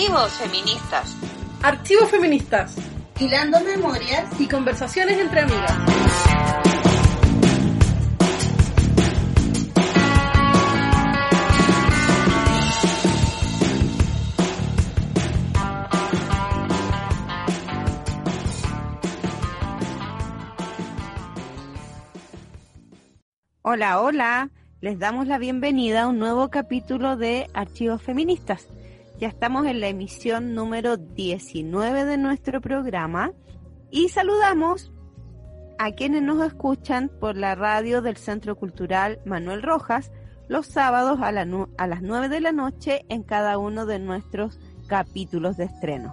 Archivos feministas. Archivos feministas. Hilando memorias y conversaciones entre amigas. Hola, hola. Les damos la bienvenida a un nuevo capítulo de Archivos Feministas. Ya estamos en la emisión número 19 de nuestro programa y saludamos a quienes nos escuchan por la radio del Centro Cultural Manuel Rojas los sábados a las 9 de la noche en cada uno de nuestros capítulos de estreno.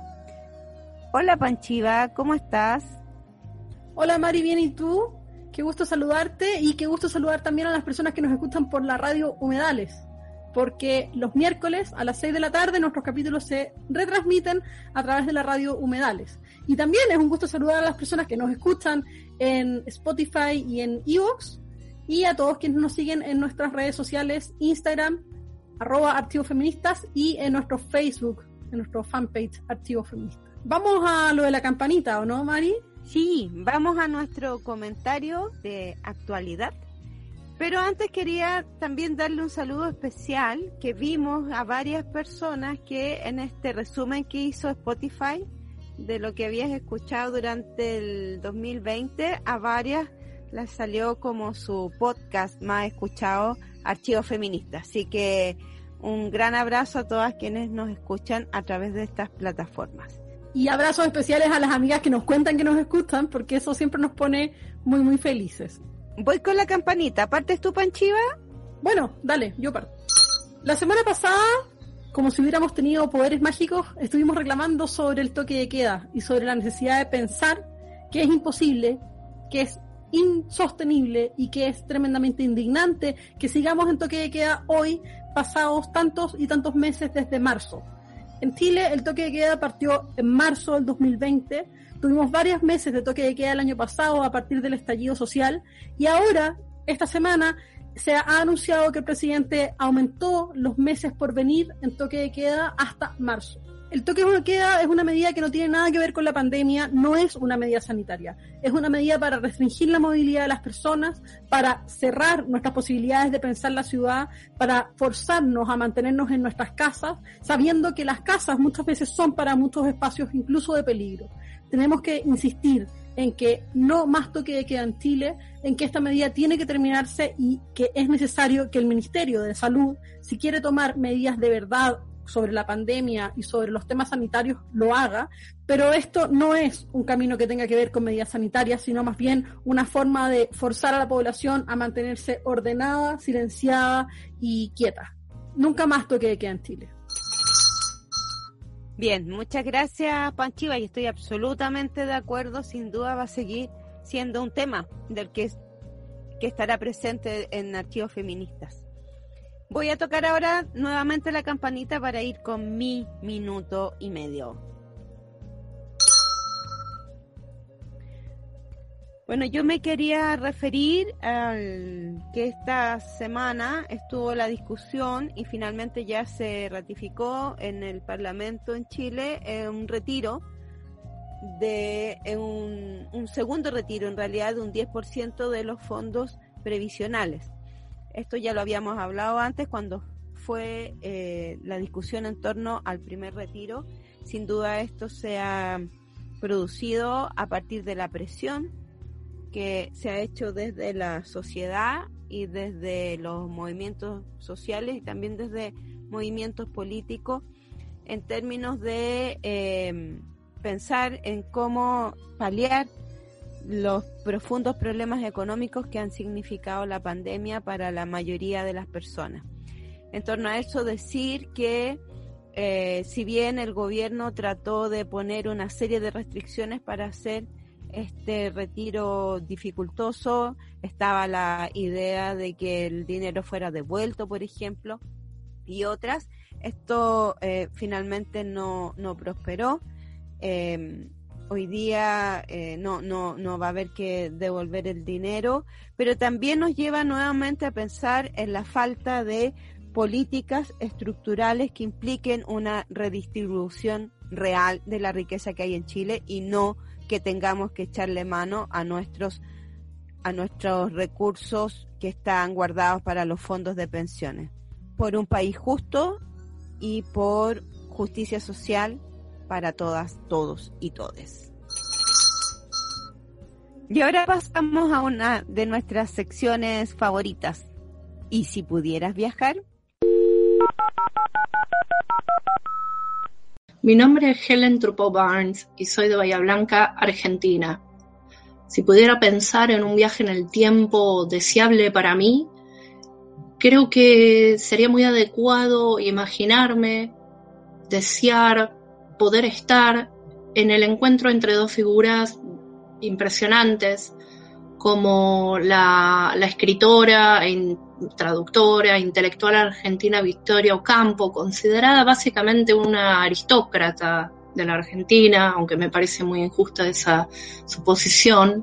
Hola Panchiva, ¿cómo estás? Hola Mari, bien, ¿y tú? Qué gusto saludarte y qué gusto saludar también a las personas que nos escuchan por la radio Humedales, porque los miércoles a las 6 de la tarde nuestros capítulos se retransmiten a través de la radio Humedales. Y también es un gusto saludar a las personas que nos escuchan en Spotify y en iVoox, y a todos quienes nos siguen en nuestras redes sociales, Instagram, @archivosfeministas, y en nuestro Facebook, en nuestro fanpage Archivos Feministas. Vamos a lo de la campanita, ¿o no, Mari? Sí, vamos a nuestro comentario de actualidad, pero antes quería también darle un saludo especial, que vimos a varias personas que en este resumen que hizo Spotify de lo que habías escuchado durante el 2020, a varias les salió como su podcast más escuchado, Archivos Feministas. Así que un gran abrazo a todas quienes nos escuchan a través de estas plataformas. Y abrazos especiales a las amigas que nos cuentan que nos escuchan, porque eso siempre nos pone muy, muy felices. Voy con la campanita. ¿Partes tú, Panchiva? Bueno, dale, yo parto. La semana pasada, como si hubiéramos tenido poderes mágicos, estuvimos reclamando sobre el toque de queda y sobre la necesidad de pensar que es imposible, que es insostenible y que es tremendamente indignante que sigamos en toque de queda hoy, pasados tantos y tantos meses desde marzo. En Chile el toque de queda partió en marzo del 2020, tuvimos varios meses de toque de queda el año pasado a partir del estallido social, y ahora, esta semana, se ha anunciado que el presidente aumentó los meses por venir en toque de queda hasta marzo. El toque de queda es una medida que no tiene nada que ver con la pandemia, no es una medida sanitaria, es una medida para restringir la movilidad de las personas, para cerrar nuestras posibilidades de pensar la ciudad, para forzarnos a mantenernos en nuestras casas, sabiendo que las casas muchas veces son para muchos espacios incluso de peligro. Tenemos que insistir en que no más toque de queda en Chile, en que esta medida tiene que terminarse y que es necesario que el Ministerio de Salud, si quiere tomar medidas de verdad sobre la pandemia y sobre los temas sanitarios, lo haga, pero esto no es un camino que tenga que ver con medidas sanitarias, sino más bien una forma de forzar a la población a mantenerse ordenada, silenciada y quieta. Nunca más toque de queda en Chile. Bien, muchas gracias, Panchiva, y estoy absolutamente de acuerdo. Sin duda va a seguir siendo un tema del que estará presente en Archivos Feministas. Voy a tocar ahora nuevamente la campanita para ir con mi minuto y medio. Bueno, yo me quería referir al que esta semana estuvo la discusión y finalmente ya se ratificó en el Parlamento en Chile un retiro un segundo retiro, en realidad, de un 10% de los fondos previsionales. Esto ya lo habíamos hablado antes cuando fue la discusión en torno al primer retiro. Sin duda esto se ha producido a partir de la presión que se ha hecho desde la sociedad y desde los movimientos sociales y también desde movimientos políticos en términos de pensar en cómo paliar los profundos problemas económicos que han significado la pandemia para la mayoría de las personas. En torno a eso, decir que si bien el gobierno trató de poner una serie de restricciones para hacer este retiro dificultoso, estaba la idea de que el dinero fuera devuelto, por ejemplo, y otras, esto finalmente no prosperó. Hoy día no va a haber que devolver el dinero, pero también nos lleva nuevamente a pensar en la falta de políticas estructurales que impliquen una redistribución real de la riqueza que hay en Chile y no que tengamos que echarle mano a nuestros recursos que están guardados para los fondos de pensiones. Por un país justo y por justicia social para todas, todos y todes. Y ahora pasamos a una de nuestras secciones favoritas. ¿Y si pudieras viajar? Mi nombre es Helen Trupo Barnes y soy de Bahía Blanca, Argentina. Si pudiera pensar en un viaje en el tiempo deseable para mí, creo que sería muy adecuado imaginarme, desear, poder estar en el encuentro entre dos figuras impresionantes, como la escritora e traductora intelectual argentina Victoria Ocampo, considerada básicamente una aristócrata de la Argentina, aunque me parece muy injusta esa suposición,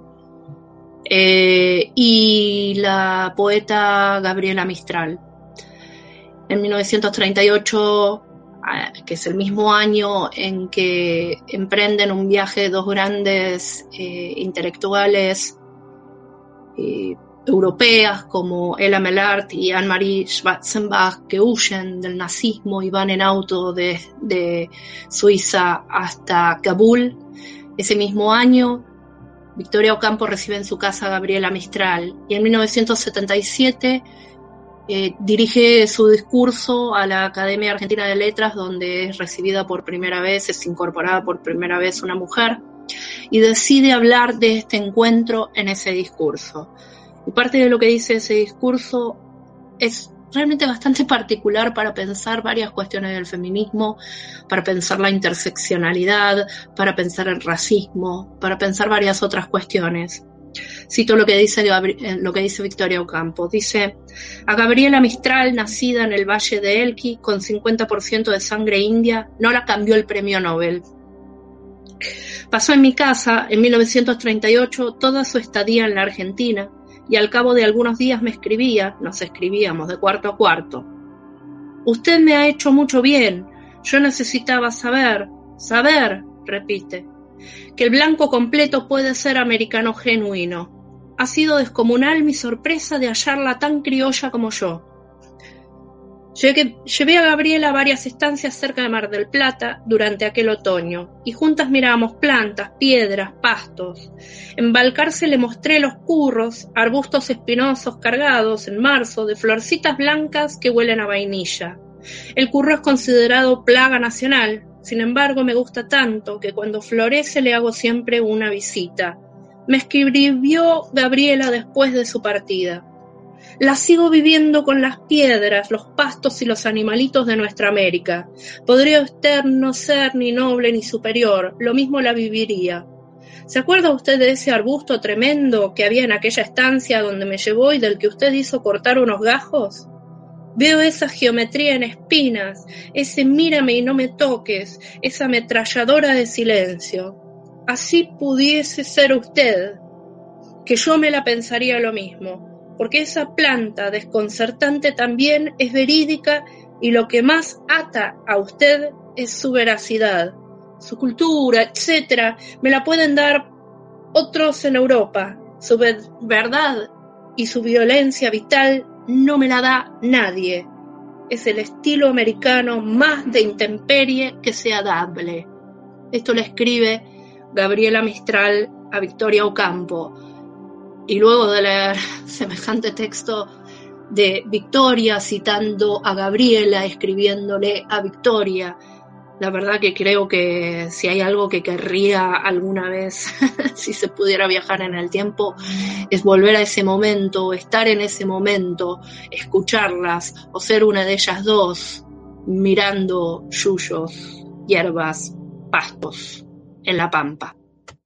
y la poeta Gabriela Mistral. En 1938, que es el mismo año en que emprenden un viaje dos grandes intelectuales europeas como Ella Mellart y Anne-Marie Schwarzenbach, que huyen del nazismo y van en auto de Suiza hasta Kabul. Ese mismo año, Victoria Ocampo recibe en su casa a Gabriela Mistral y en 1977 dirige su discurso a la Academia Argentina de Letras, donde es recibida por primera vez, es incorporada por primera vez una mujer, y decide hablar de este encuentro en ese discurso. Y parte de lo que dice ese discurso es realmente bastante particular para pensar varias cuestiones del feminismo, para pensar la interseccionalidad, para pensar el racismo, para pensar varias otras cuestiones. Cito lo que dice Victoria Ocampo. Dice: a Gabriela Mistral, nacida en el Valle de Elqui, con 50% de sangre india, no la cambió el premio Nobel. Pasó en mi casa, en 1938, toda su estadía en la Argentina, y al cabo de algunos días nos escribíamos de cuarto a cuarto. Usted me ha hecho mucho bien, yo necesitaba saber, repite, que el blanco completo puede ser americano genuino. Ha sido descomunal mi sorpresa de hallarla tan criolla como yo. Llevé a Gabriela a varias estancias cerca de Mar del Plata durante aquel otoño, y juntas mirábamos plantas, piedras, pastos. En Balcarce le mostré los curros, arbustos espinosos cargados en marzo de florcitas blancas que huelen a vainilla. El curro es considerado plaga nacional, sin embargo me gusta tanto que cuando florece le hago siempre una visita. Me escribió Gabriela después de su partida. La sigo viviendo con las piedras, los pastos y los animalitos de nuestra América. Podría usted no ser ni noble ni superior, lo mismo la viviría. ¿Se acuerda usted de ese arbusto tremendo que había en aquella estancia donde me llevó y del que usted hizo cortar unos gajos? Veo esa geometría en espinas, ese mírame y no me toques, esa ametralladora de silencio. Así pudiese ser usted, que yo me la pensaría lo mismo. Porque esa planta desconcertante también es verídica y lo que más ata a usted es su veracidad, su cultura, etc. Me la pueden dar otros en Europa. Su verdad y su violencia vital no me la da nadie. Es el estilo americano más de intemperie que sea dable. Esto le escribe Gabriela Mistral a Victoria Ocampo. Y luego de leer semejante texto de Victoria citando a Gabriela, escribiéndole a Victoria, la verdad que creo que si hay algo que querría alguna vez, si se pudiera viajar en el tiempo, es volver a ese momento, estar en ese momento, escucharlas o ser una de ellas dos, mirando yuyos, hierbas, pastos en la pampa.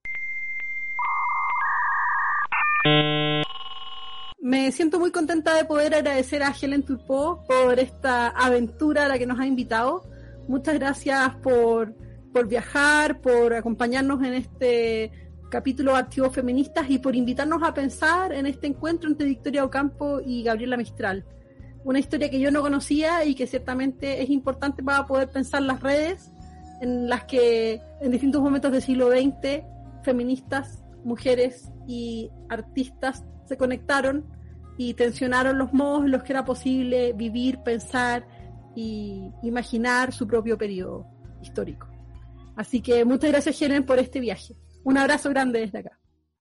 Me siento muy contenta de poder agradecer a Helen Trupo por esta aventura a la que nos ha invitado. Muchas gracias por viajar, por acompañarnos en este capítulo de Archivos Feministas y por invitarnos a pensar en este encuentro entre Victoria Ocampo y Gabriela Mistral. una historia que yo no conocía y que ciertamente es importante para poder pensar las redes en las que en distintos momentos del siglo XX feministas, mujeres y artistas se conectaron y tensionaron los modos en los que era posible vivir, pensar y imaginar su propio periodo histórico. Así que muchas gracias, Helen, por este viaje. Un abrazo grande desde acá.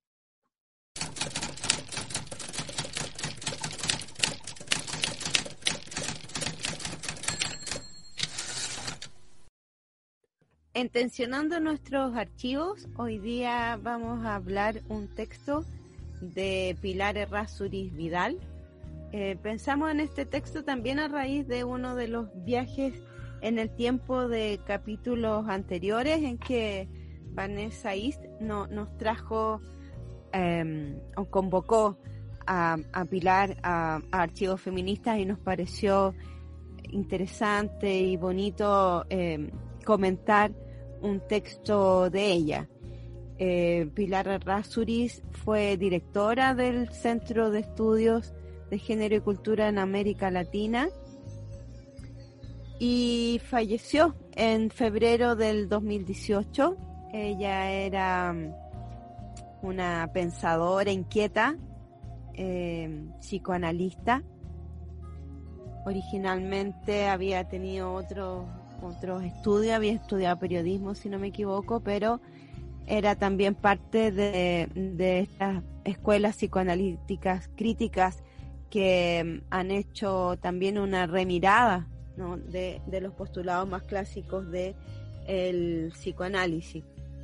En Tensionando Nuestros Archivos, hoy día vamos a hablar un texto de Pilar Errázuriz Vidal. Pensamos en este texto también a raíz de uno de los viajes en el tiempo de capítulos anteriores en que Vanessa East nos trajo o convocó a Pilar a Archivos Feministas, y nos pareció interesante y bonito comentar un texto de ella. Pilar Errázuriz fue directora del Centro de Estudios de Género y Cultura en América Latina y falleció en febrero del 2018. Ella era una pensadora inquieta, psicoanalista. Originalmente había tenido otros estudios, había estudiado periodismo, si no me equivoco, pero era también parte de estas escuelas psicoanalíticas críticas que han hecho también una remirada, ¿no?, de los postulados más clásicos de el psicoanálisis.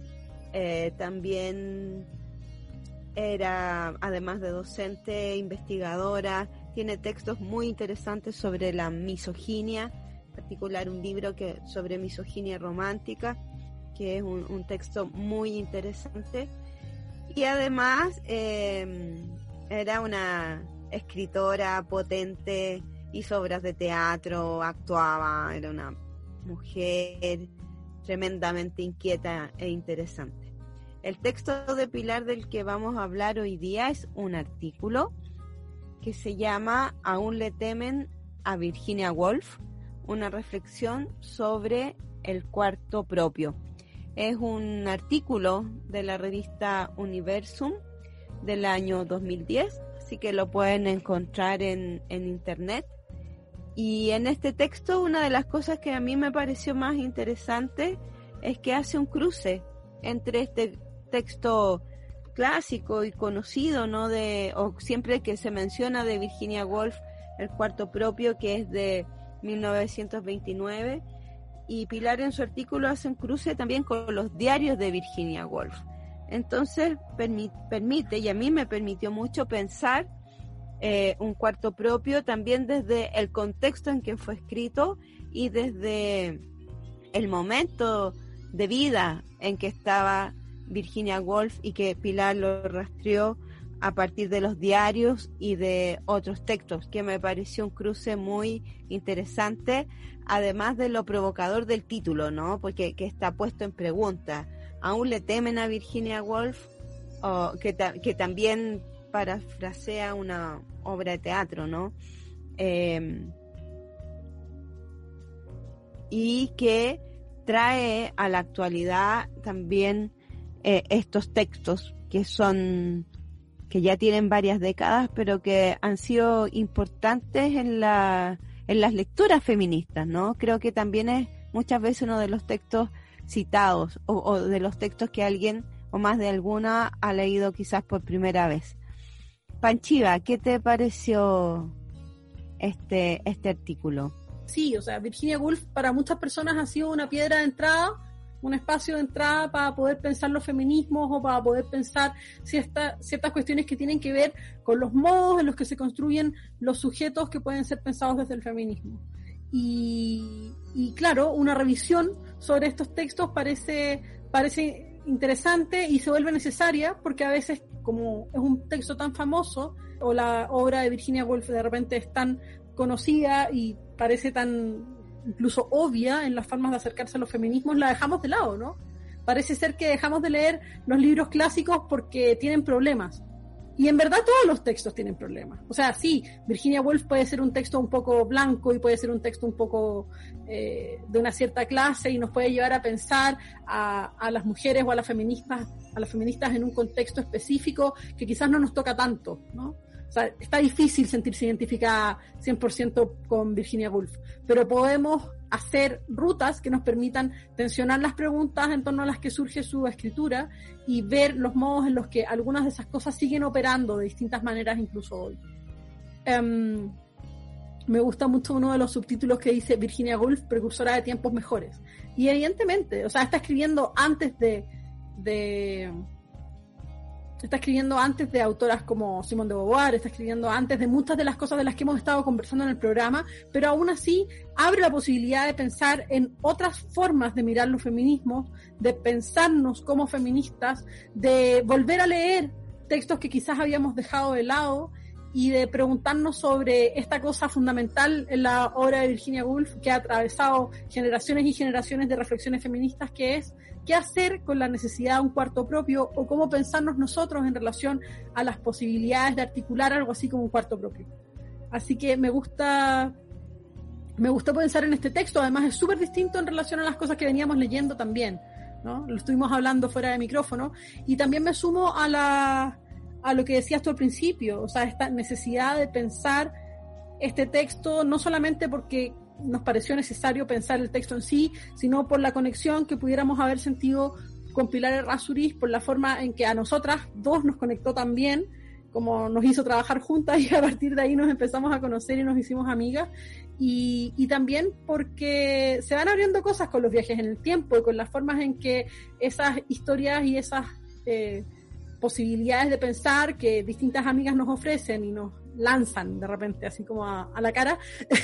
También era, además de docente, investigadora. Tiene textos muy interesantes sobre la misoginia, en particular un libro sobre misoginia romántica, que es un texto muy interesante. Y además era una escritora potente, hizo obras de teatro, actuaba, era una mujer tremendamente inquieta e interesante. El texto de Pilar del que vamos a hablar hoy día es un artículo que se llama Aún le temen a Virginia Woolf, una reflexión sobre el cuarto propio. Es un artículo de la revista Universum del año 2010, así que lo pueden encontrar en internet. Y en este texto, una de las cosas que a mí me pareció más interesante es que hace un cruce entre este texto clásico y conocido, ¿no?, o siempre que se menciona de Virginia Woolf, el cuarto propio, que es de 1929, y Pilar en su artículo hace un cruce también con los diarios de Virginia Woolf. Entonces permite, y a mí me permitió mucho pensar un cuarto propio también desde el contexto en que fue escrito y desde el momento de vida en que estaba Virginia Woolf, y que Pilar lo rastreó a partir de los diarios y de otros textos, que me pareció un cruce muy interesante, además de lo provocador del título, ¿no?, porque que está puesto en pregunta. ¿Aún le temen a Virginia Woolf? Que también parafrasea una obra de teatro, ¿no? Y que trae a la actualidad también estos textos que ya tienen varias décadas, pero que han sido importantes en las lecturas feministas, ¿no? Creo que también es muchas veces uno de los textos citados o de los textos que alguien o más de alguna ha leído quizás por primera vez. Panchiva, ¿qué te pareció este artículo? Sí, o sea, Virginia Woolf para muchas personas ha sido una piedra de entrada, un espacio de entrada para poder pensar los feminismos o para poder pensar ciertas cuestiones que tienen que ver con los modos en los que se construyen los sujetos que pueden ser pensados desde el feminismo. Y claro, una revisión sobre estos textos parece interesante y se vuelve necesaria porque a veces, como es un texto tan famoso o la obra de Virginia Woolf de repente es tan conocida y parece tan incluso obvia en las formas de acercarse a los feminismos, la dejamos de lado, ¿no? Parece ser que dejamos de leer los libros clásicos porque tienen problemas, Y en verdad todos los textos tienen problemas. O sea, sí, Virginia Woolf puede ser un texto un poco blanco y puede ser un texto un poco de una cierta clase y nos puede llevar a pensar a las mujeres o a las feministas en un contexto específico que quizás no nos toca tanto, ¿no? O sea, está difícil sentirse identificada 100% con Virginia Woolf, pero podemos hacer rutas que nos permitan tensionar las preguntas en torno a las que surge su escritura y ver los modos en los que algunas de esas cosas siguen operando de distintas maneras incluso hoy. Me gusta mucho uno de los subtítulos que dice Virginia Woolf, precursora de tiempos mejores. Y evidentemente, o sea, está escribiendo antes de autoras como Simone de Beauvoir, está escribiendo antes de muchas de las cosas de las que hemos estado conversando en el programa, pero aún así abre la posibilidad de pensar en otras formas de mirar los feminismos, de pensarnos como feministas, de volver a leer textos que quizás habíamos dejado de lado y de preguntarnos sobre esta cosa fundamental en la obra de Virginia Woolf que ha atravesado generaciones y generaciones de reflexiones feministas, que es qué hacer con la necesidad de un cuarto propio o cómo pensarnos nosotros en relación a las posibilidades de articular algo así como un cuarto propio. Así que me gusta pensar en este texto, además es súper distinto en relación a las cosas que veníamos leyendo también, ¿no? Lo estuvimos hablando fuera de micrófono, y también me sumo a lo que decías tú al principio, o sea, esta necesidad de pensar este texto no solamente porque nos pareció necesario pensar el texto en sí, sino por la conexión que pudiéramos haber sentido con Pilar Errázuriz, por la forma en que a nosotras dos nos conectó también, como nos hizo trabajar juntas, y a partir de ahí nos empezamos a conocer y nos hicimos amigas, y también porque se van abriendo cosas con los viajes en el tiempo y con las formas en que esas historias y esas posibilidades de pensar que distintas amigas nos ofrecen y nos lanzan de repente así como a la cara,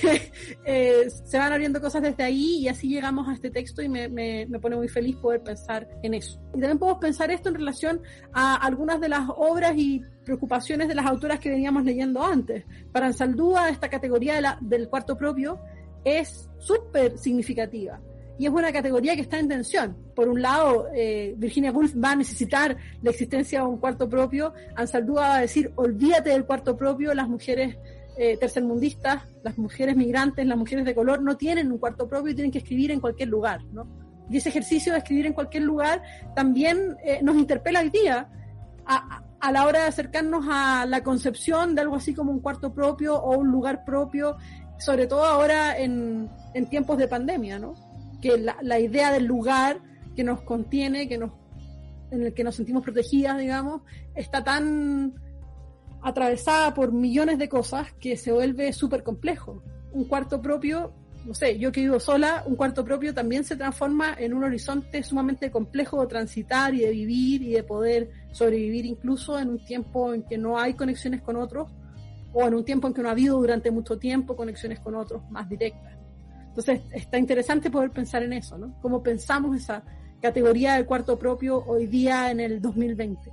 se van abriendo cosas desde ahí, y así llegamos a este texto, y me pone muy feliz poder pensar en eso. Y también podemos pensar esto en relación a algunas de las obras y preocupaciones de las autoras que veníamos leyendo antes. Para Anzaldúa esta categoría del cuarto propio es súper significativa. Y es una categoría que está en tensión. Por un lado, Virginia Woolf va a necesitar la existencia de un cuarto propio. Anzaldúa va a decir, olvídate del cuarto propio, las mujeres tercermundistas, las mujeres migrantes, las mujeres de color no tienen un cuarto propio y tienen que escribir en cualquier lugar, ¿no? Y ese ejercicio de escribir en cualquier lugar también nos interpela hoy día a la hora de acercarnos a la concepción de algo así como un cuarto propio o un lugar propio, sobre todo ahora en tiempos de pandemia, ¿no? Que la idea del lugar que nos contiene, en el que nos sentimos protegidas, digamos, está tan atravesada por millones de cosas que se vuelve súper complejo. Un cuarto propio, no sé, yo que vivo sola, un cuarto propio también se transforma en un horizonte sumamente complejo de transitar y de vivir y de poder sobrevivir incluso en un tiempo en que no hay conexiones con otros, o en un tiempo en que no ha habido durante mucho tiempo conexiones con otros más directas. Entonces está interesante poder pensar en eso, ¿no? Cómo pensamos esa categoría del cuarto propio hoy día en el 2020.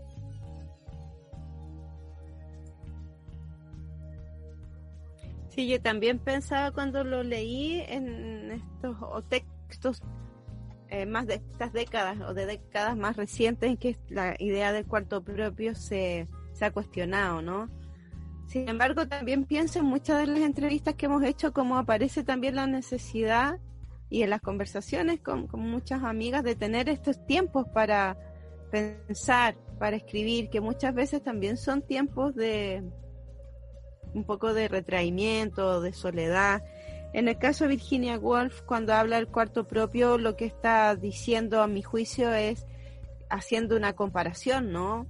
Sí, yo también pensaba cuando lo leí en estos textos más de estas décadas o de décadas más recientes en que la idea del cuarto propio se ha cuestionado, ¿no? Sin embargo, también pienso en muchas de las entrevistas que hemos hecho, cómo aparece también la necesidad, y en las conversaciones con muchas amigas, de tener estos tiempos para pensar, para escribir, que muchas veces también son tiempos de un poco de retraimiento, de soledad. En el caso de Virginia Woolf, cuando habla del cuarto propio, lo que está diciendo, a mi juicio, es haciendo una comparación, ¿no?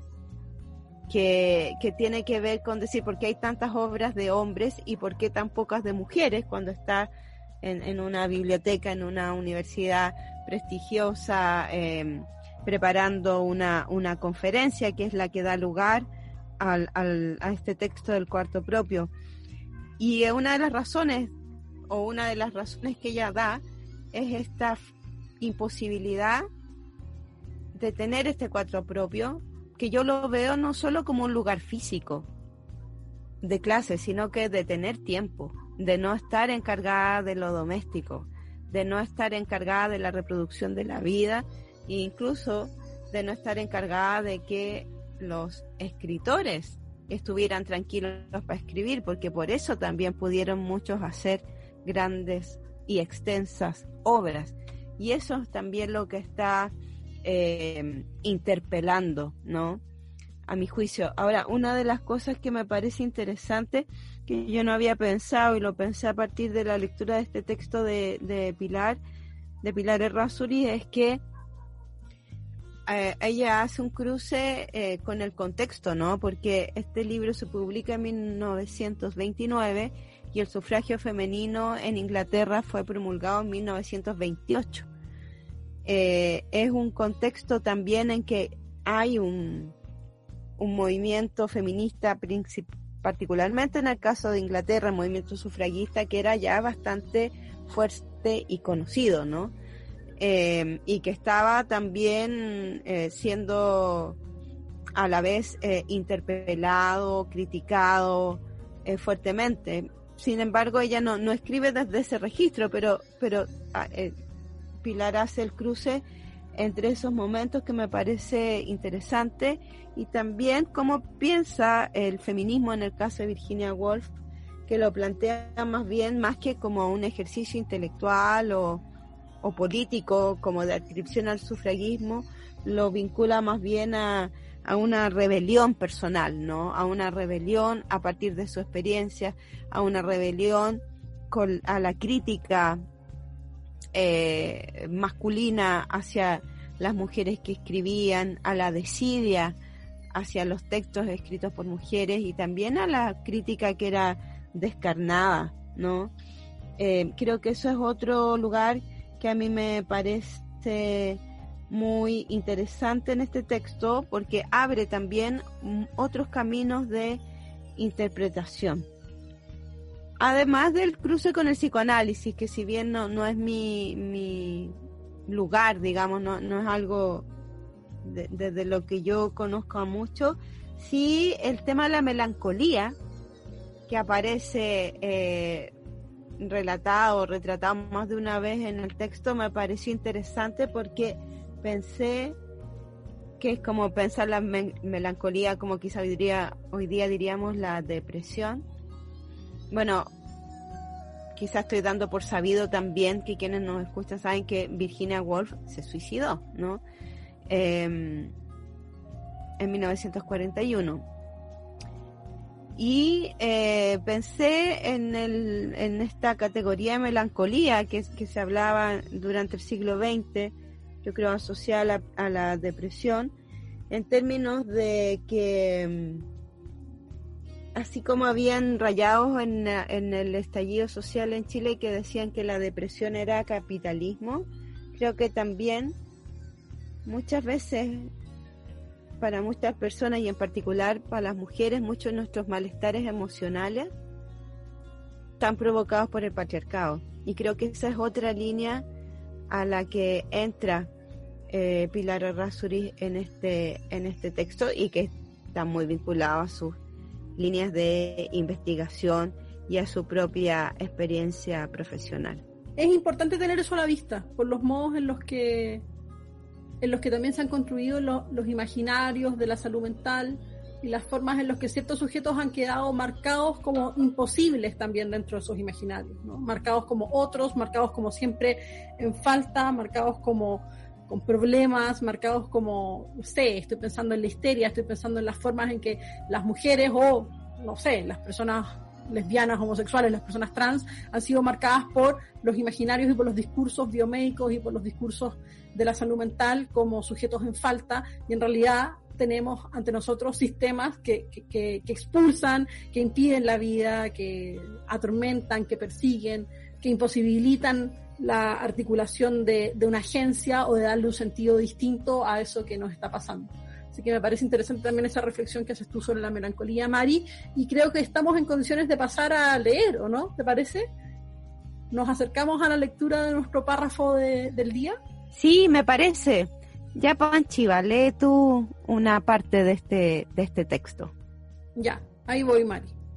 Que tiene que ver con decir por qué hay tantas obras de hombres y por qué tan pocas de mujeres cuando está en una biblioteca, en una universidad prestigiosa, preparando una conferencia que es la que da lugar a este texto del cuarto propio. Y una de las razones que ella da es esta imposibilidad de tener este cuarto propio, que yo lo veo no solo como un lugar físico de clase, sino que de tener tiempo, de no estar encargada de lo doméstico, de no estar encargada de la reproducción de la vida, e incluso de no estar encargada de que los escritores estuvieran tranquilos para escribir, porque por eso también pudieron muchos hacer grandes y extensas obras. Y eso es también lo que está interpelando, ¿no? A mi juicio. Ahora, una de las cosas que me parece interesante, que yo no había pensado y lo pensé a partir de la lectura de este texto de Pilar Errázuriz, es que ella hace un cruce con el contexto, ¿no? Porque este libro se publica en 1929 y el sufragio femenino en Inglaterra fue promulgado en 1928. Es un contexto también en que hay un movimiento feminista, particularmente en el caso de Inglaterra, el movimiento sufragista, que era ya bastante fuerte y conocido, ¿no? Y que estaba también siendo a la vez interpelado, criticado fuertemente. Sin embargo, ella no escribe desde ese registro, pero Pilar hace el cruce entre esos momentos que me parece interesante, y también cómo piensa el feminismo en el caso de Virginia Woolf, que lo plantea más bien, más que como un ejercicio intelectual o político, como de adscripción al sufragismo, lo vincula más bien a una rebelión personal, ¿no? A una rebelión a partir de su experiencia, a una rebelión a la crítica masculina hacia las mujeres que escribían, a la desidia hacia los textos escritos por mujeres, y también a la crítica que era descarnada, ¿no? Creo que eso es otro lugar que a mí me parece muy interesante en este texto, porque abre también otros caminos de interpretación. Además del cruce con el psicoanálisis, que si bien no es mi lugar, digamos, no es algo desde lo que yo conozco mucho, sí el tema de la melancolía, que aparece retratado más de una vez en el texto, me pareció interesante, porque pensé que es como pensar la melancolía como quizá hoy día diríamos la depresión. Bueno, quizás estoy dando por sabido también que quienes nos escuchan saben que Virginia Woolf se suicidó, ¿no? En 1941. Y pensé en esta categoría de melancolía que se hablaba durante el siglo XX, yo creo asociada a la depresión, en términos de que así como habían rayados en el estallido social en Chile que decían que la depresión era capitalismo, creo que también muchas veces para muchas personas, y en particular para las mujeres, muchos de nuestros malestares emocionales están provocados por el patriarcado, y creo que esa es otra línea a la que entra Pilar Errázuriz en este texto, y que está muy vinculado a sus líneas de investigación y a su propia experiencia profesional. Es importante tener eso a la vista, por los modos en los que también se han construido los imaginarios de la salud mental, y las formas en las que ciertos sujetos han quedado marcados como imposibles también dentro de esos imaginarios, ¿no? Marcados como otros, marcados como siempre en falta, marcados como con problemas, marcados como, no sé, estoy pensando en la histeria, estoy pensando en las formas en que las mujeres o, no sé, las personas lesbianas, homosexuales, las personas trans han sido marcadas por los imaginarios y por los discursos biomédicos y por los discursos de la salud mental como sujetos en falta, y en realidad tenemos ante nosotros sistemas que expulsan, que impiden la vida, que atormentan, que persiguen, que imposibilitan la articulación de una agencia o de darle un sentido distinto a eso que nos está pasando. Así que me parece interesante también esa reflexión que haces tú sobre la melancolía, Mari, y creo que estamos en condiciones de pasar a leer, ¿o no? ¿Te parece? ¿Nos acercamos a la lectura de nuestro párrafo del día? Sí, me parece. Ya, Panchiva, lee tú una parte de este texto. Ya, ahí voy, Mari.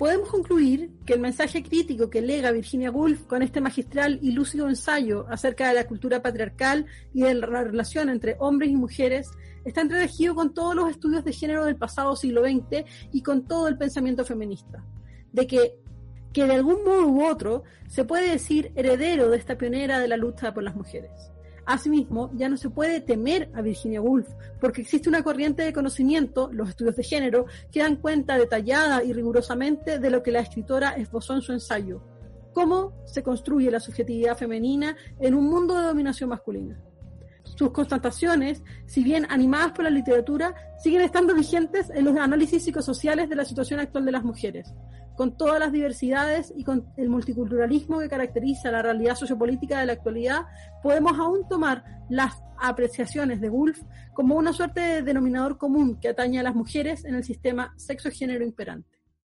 Podemos concluir que el mensaje crítico que lega Virginia Woolf con este magistral y lúcido ensayo acerca de la cultura patriarcal y de la relación entre hombres y mujeres está entretejido con todos los estudios de género del pasado siglo XX y con todo el pensamiento feminista, de que de algún modo u otro se puede decir heredero de esta pionera de la lucha por las mujeres. Asimismo, ya no se puede temer a Virginia Woolf, porque existe una corriente de conocimiento, los estudios de género, que dan cuenta detallada y rigurosamente de lo que la escritora esbozó en su ensayo: cómo se construye la subjetividad femenina en un mundo de dominación masculina. Sus constataciones, si bien animadas por la literatura, siguen estando vigentes en los análisis psicosociales de la situación actual de las mujeres. Con todas las diversidades y con el multiculturalismo que caracteriza la realidad sociopolítica de la actualidad, podemos aún tomar las apreciaciones de Woolf como una suerte de denominador común que atañe a las mujeres en el sistema sexo-género imperante.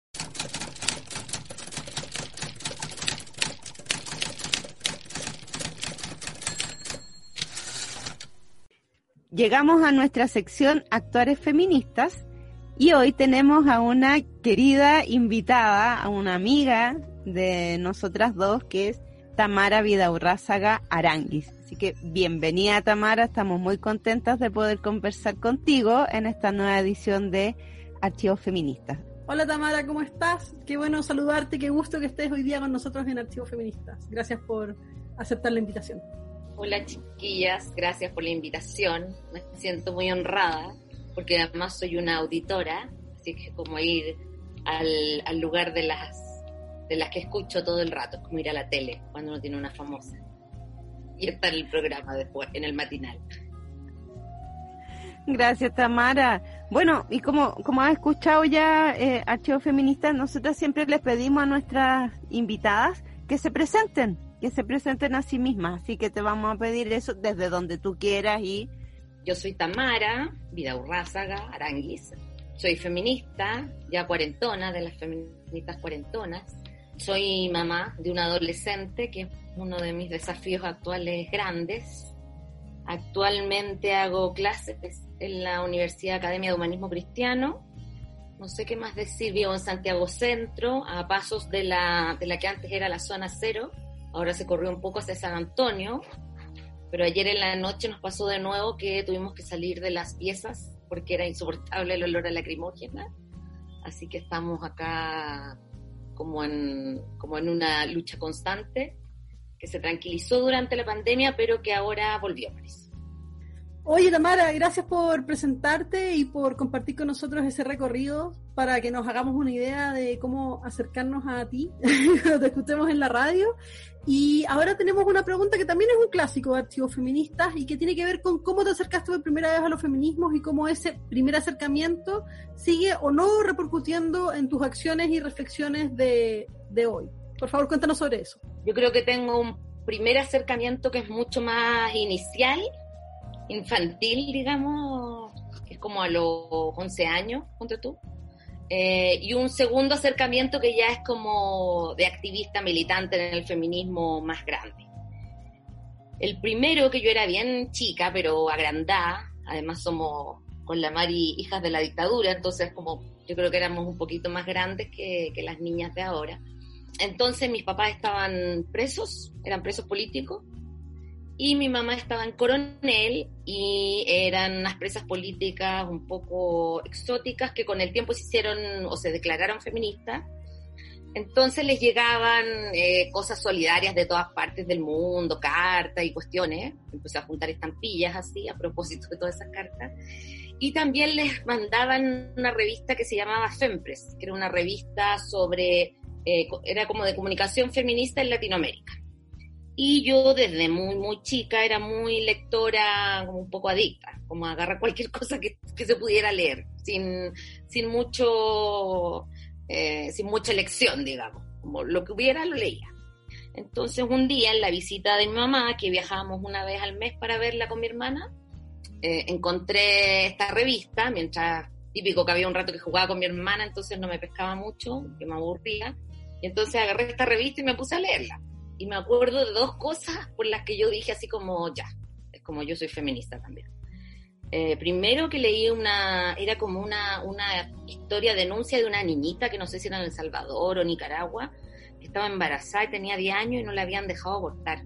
Llegamos a nuestra sección Actuares Feministas y hoy tenemos a una querida invitada, a una amiga de nosotras dos, que es Tamara Vidaurrázaga Aránguiz. Así que bienvenida, Tamara, estamos muy contentas de poder conversar contigo en esta nueva edición de Archivos Feministas. Hola Tamara, ¿cómo estás? Qué bueno saludarte, qué gusto que estés hoy día con nosotros en Archivos Feministas. Gracias por aceptar la invitación. Hola chiquillas, gracias por la invitación, me siento muy honrada porque además soy una auditora, así que como ir al lugar de las que escucho todo el rato, es como ir a la tele cuando uno tiene una famosa y estar en el programa después, en el matinal. Gracias, Tamara. Bueno, y como has escuchado ya Archivos Feministas, nosotras siempre les pedimos a nuestras invitadas que se presenten a sí mismas, así que te vamos a pedir eso desde donde tú quieras. Y yo soy Tamara Vidaurrázaga Aránguiz, soy feminista, ya cuarentona, de las feministas cuarentonas, soy mamá de un adolescente, que es uno de mis desafíos actuales grandes. Actualmente hago clases en la Universidad Academia de Humanismo Cristiano, no sé qué más decir, vivo en Santiago Centro, a pasos de la que antes era la zona cero. Ahora se corrió un poco hacia San Antonio, pero ayer en la noche nos pasó de nuevo que tuvimos que salir de las piezas porque era insoportable el olor a lacrimógena. Así que estamos acá como en una lucha constante que se tranquilizó durante la pandemia, pero que ahora volvió, parece. Oye, Tamara, gracias por presentarte y por compartir con nosotros ese recorrido para que nos hagamos una idea de cómo acercarnos a ti cuando te escuchemos en la radio. Y ahora tenemos una pregunta que también es un clásico de Archivos Feministas y que tiene que ver con cómo te acercaste por primera vez a los feminismos y cómo ese primer acercamiento sigue o no repercutiendo en tus acciones y reflexiones de hoy. Por favor, cuéntanos sobre eso. Yo creo que tengo un primer acercamiento que es mucho más inicial, infantil, digamos, que es como a los 11 años, ponte tú. Y un segundo acercamiento que ya es como de activista militante en el feminismo más grande. El primero, que yo era bien chica, pero agrandada, además somos con la Mari hijas de la dictadura, entonces como yo creo que éramos un poquito más grandes que las niñas de ahora. Entonces mis papás estaban presos, eran presos políticos, y mi mamá estaba en Coronel y eran unas presas políticas un poco exóticas que con el tiempo se hicieron o se declararon feministas. Entonces les llegaban cosas solidarias de todas partes del mundo, cartas y cuestiones. Empecé a juntar estampillas así a propósito de todas esas cartas. Y también les mandaban una revista que se llamaba Fempres, que era una revista sobre, era como de comunicación feminista en Latinoamérica. Y yo desde muy, muy chica era muy lectora, como un poco adicta, como agarrar cualquier cosa que se pudiera leer, sin mucha elección, digamos. Como lo que hubiera, lo leía. Entonces un día en la visita de mi mamá, que viajábamos una vez al mes para verla con mi hermana, encontré esta revista, mientras típico que había un rato que jugaba con mi hermana, entonces no me pescaba mucho, que me aburría. Y entonces agarré esta revista y me puse a leerla. Y me acuerdo de dos cosas por las que yo dije así como, ya, es como yo soy feminista también. Primero que leí era como una historia, denuncia de una niñita que no sé si era en El Salvador o Nicaragua, que estaba embarazada y tenía 10 años y no la habían dejado abortar.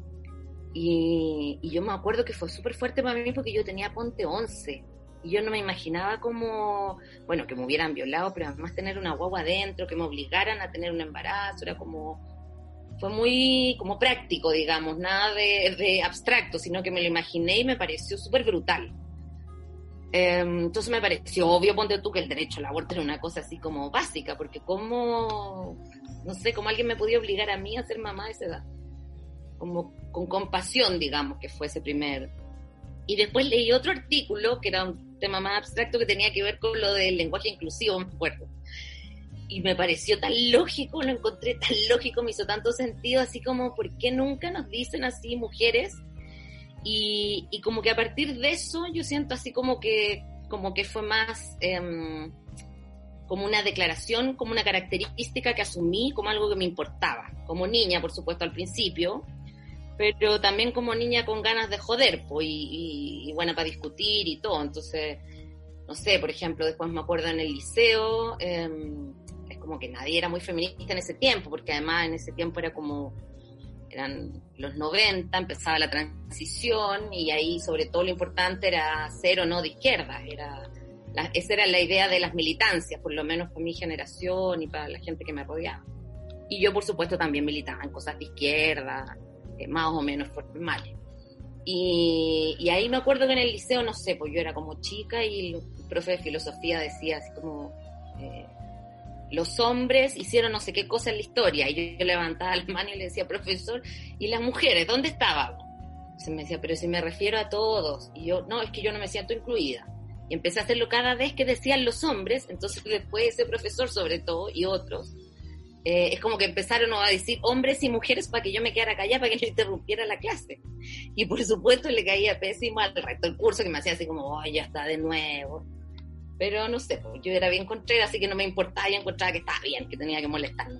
Y yo me acuerdo que fue súper fuerte para mí porque yo tenía, ponte, 11, y yo no me imaginaba como, bueno, que me hubieran violado, pero además tener una guagua adentro, que me obligaran a tener un embarazo, fue muy como práctico, digamos, nada de abstracto, sino que me lo imaginé y me pareció súper brutal. Entonces me pareció obvio, ponte tú, que el derecho al aborto era una cosa así como básica, porque cómo alguien me podía obligar a mí a ser mamá a esa edad, como con compasión, digamos, que fue ese primer. Y después leí otro artículo que era un tema más abstracto que tenía que ver con lo del lenguaje inclusivo, me acuerdo. Y me pareció tan lógico, lo encontré tan lógico, me hizo tanto sentido, así como, ¿por qué nunca nos dicen así mujeres? Y como que a partir de eso yo siento así como que fue más como una declaración, como una característica que asumí como algo que me importaba, como niña, por supuesto, al principio, pero también como niña con ganas de joder, pues, y buena para discutir y todo. Entonces, no sé, por ejemplo, después me acuerdo en el liceo, es como que nadie era muy feminista en ese tiempo, porque además en ese tiempo eran los 90, empezaba la transición, y ahí sobre todo lo importante era ser o no de izquierda, esa era la idea de las militancias, por lo menos para mi generación y para la gente que me rodeaba. Y yo, por supuesto, también militaba en cosas de izquierda, más o menos formales. Y ahí me acuerdo que en el liceo, no sé, pues yo era como chica y el profe de filosofía decía así como, los hombres hicieron no sé qué cosa en la historia, y yo levantaba la mano y le decía, profesor, ¿y las mujeres dónde estaban? Se me decía, pero si me refiero a todos. Y yo, no, es que yo no me siento incluida. Y empecé a hacerlo cada vez que decían los hombres. Entonces después ese profesor, sobre todo, y otros, es como que empezaron a decir hombres y mujeres para que yo me quedara callada, para que no interrumpiera la clase. Y por supuesto le caía pésimo al resto del curso, que me hacía así como, oh, ya está de nuevo. Pero no sé, yo era bien contraria, así que no me importaba, yo encontraba que estaba bien, que tenía que molestarme.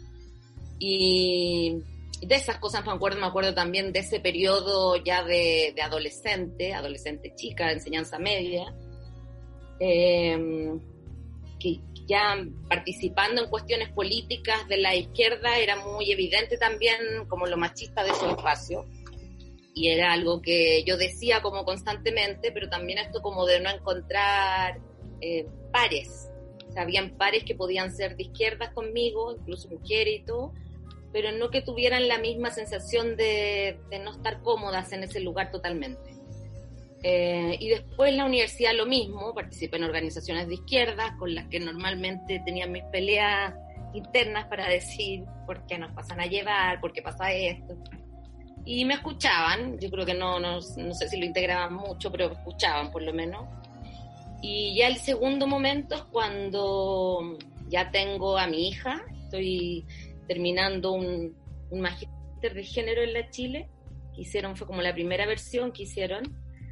Y de esas cosas me acuerdo también de ese periodo ya de adolescente chica, de enseñanza media, que ya participando en cuestiones políticas de la izquierda era muy evidente también como lo machista de ese espacio, y era algo que yo decía como constantemente, pero también esto como de no encontrar pares. O sea, habían pares que podían ser de izquierdas conmigo, incluso mujeres y todo, pero no que tuvieran la misma sensación de no estar cómodas en ese lugar totalmente. Y después en la universidad lo mismo, participé en organizaciones de izquierdas con las que normalmente tenía mis peleas internas para decir por qué nos pasan a llevar, por qué pasa esto. Y me escuchaban, yo creo que no sé si lo integraban mucho, pero me escuchaban por lo menos. Y ya el segundo momento es cuando ya tengo a mi hija, estoy terminando un magíster de género en la Chile, que hicieron, fue como la primera versión que hicieron,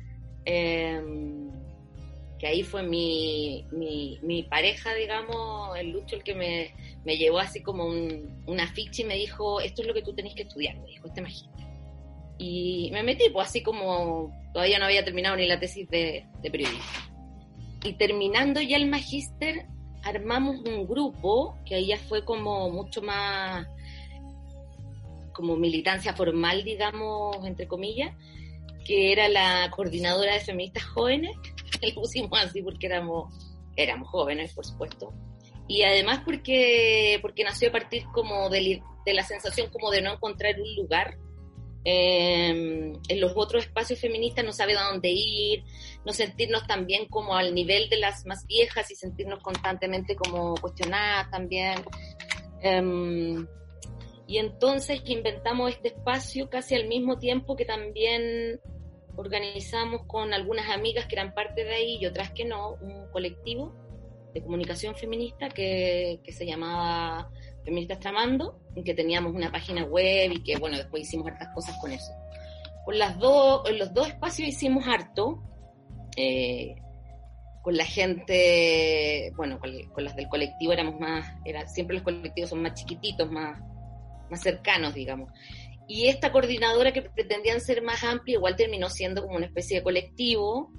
que ahí fue mi pareja, digamos, el Lucho, el que me llevó así como un afiche y me dijo, esto es lo que tú tenés que estudiar, me dijo, este magíster. Y me metí, pues así como todavía no había terminado ni la tesis de periodismo. Y terminando ya el magíster, armamos un grupo, que ahí ya fue como mucho más, como militancia formal, digamos, entre comillas, que era la coordinadora de feministas jóvenes, le pusimos así porque éramos jóvenes, por supuesto, y además porque nació a partir como de la sensación como de no encontrar un lugar en los otros espacios feministas, no saber a dónde ir, no sentirnos también como al nivel de las más viejas y sentirnos constantemente como cuestionadas también. Y entonces inventamos este espacio casi al mismo tiempo que también organizamos con algunas amigas que eran parte de ahí y otras que no, un colectivo de comunicación feminista que se llamaba Feministas Tramando, en que teníamos una página web y que, bueno, después hicimos hartas cosas con eso. En los dos espacios hicimos harto, con la gente, bueno, con las del colectivo siempre los colectivos son más chiquititos, más cercanos, digamos. Y esta coordinadora que pretendían ser más amplia, igual terminó siendo como una especie de colectivo,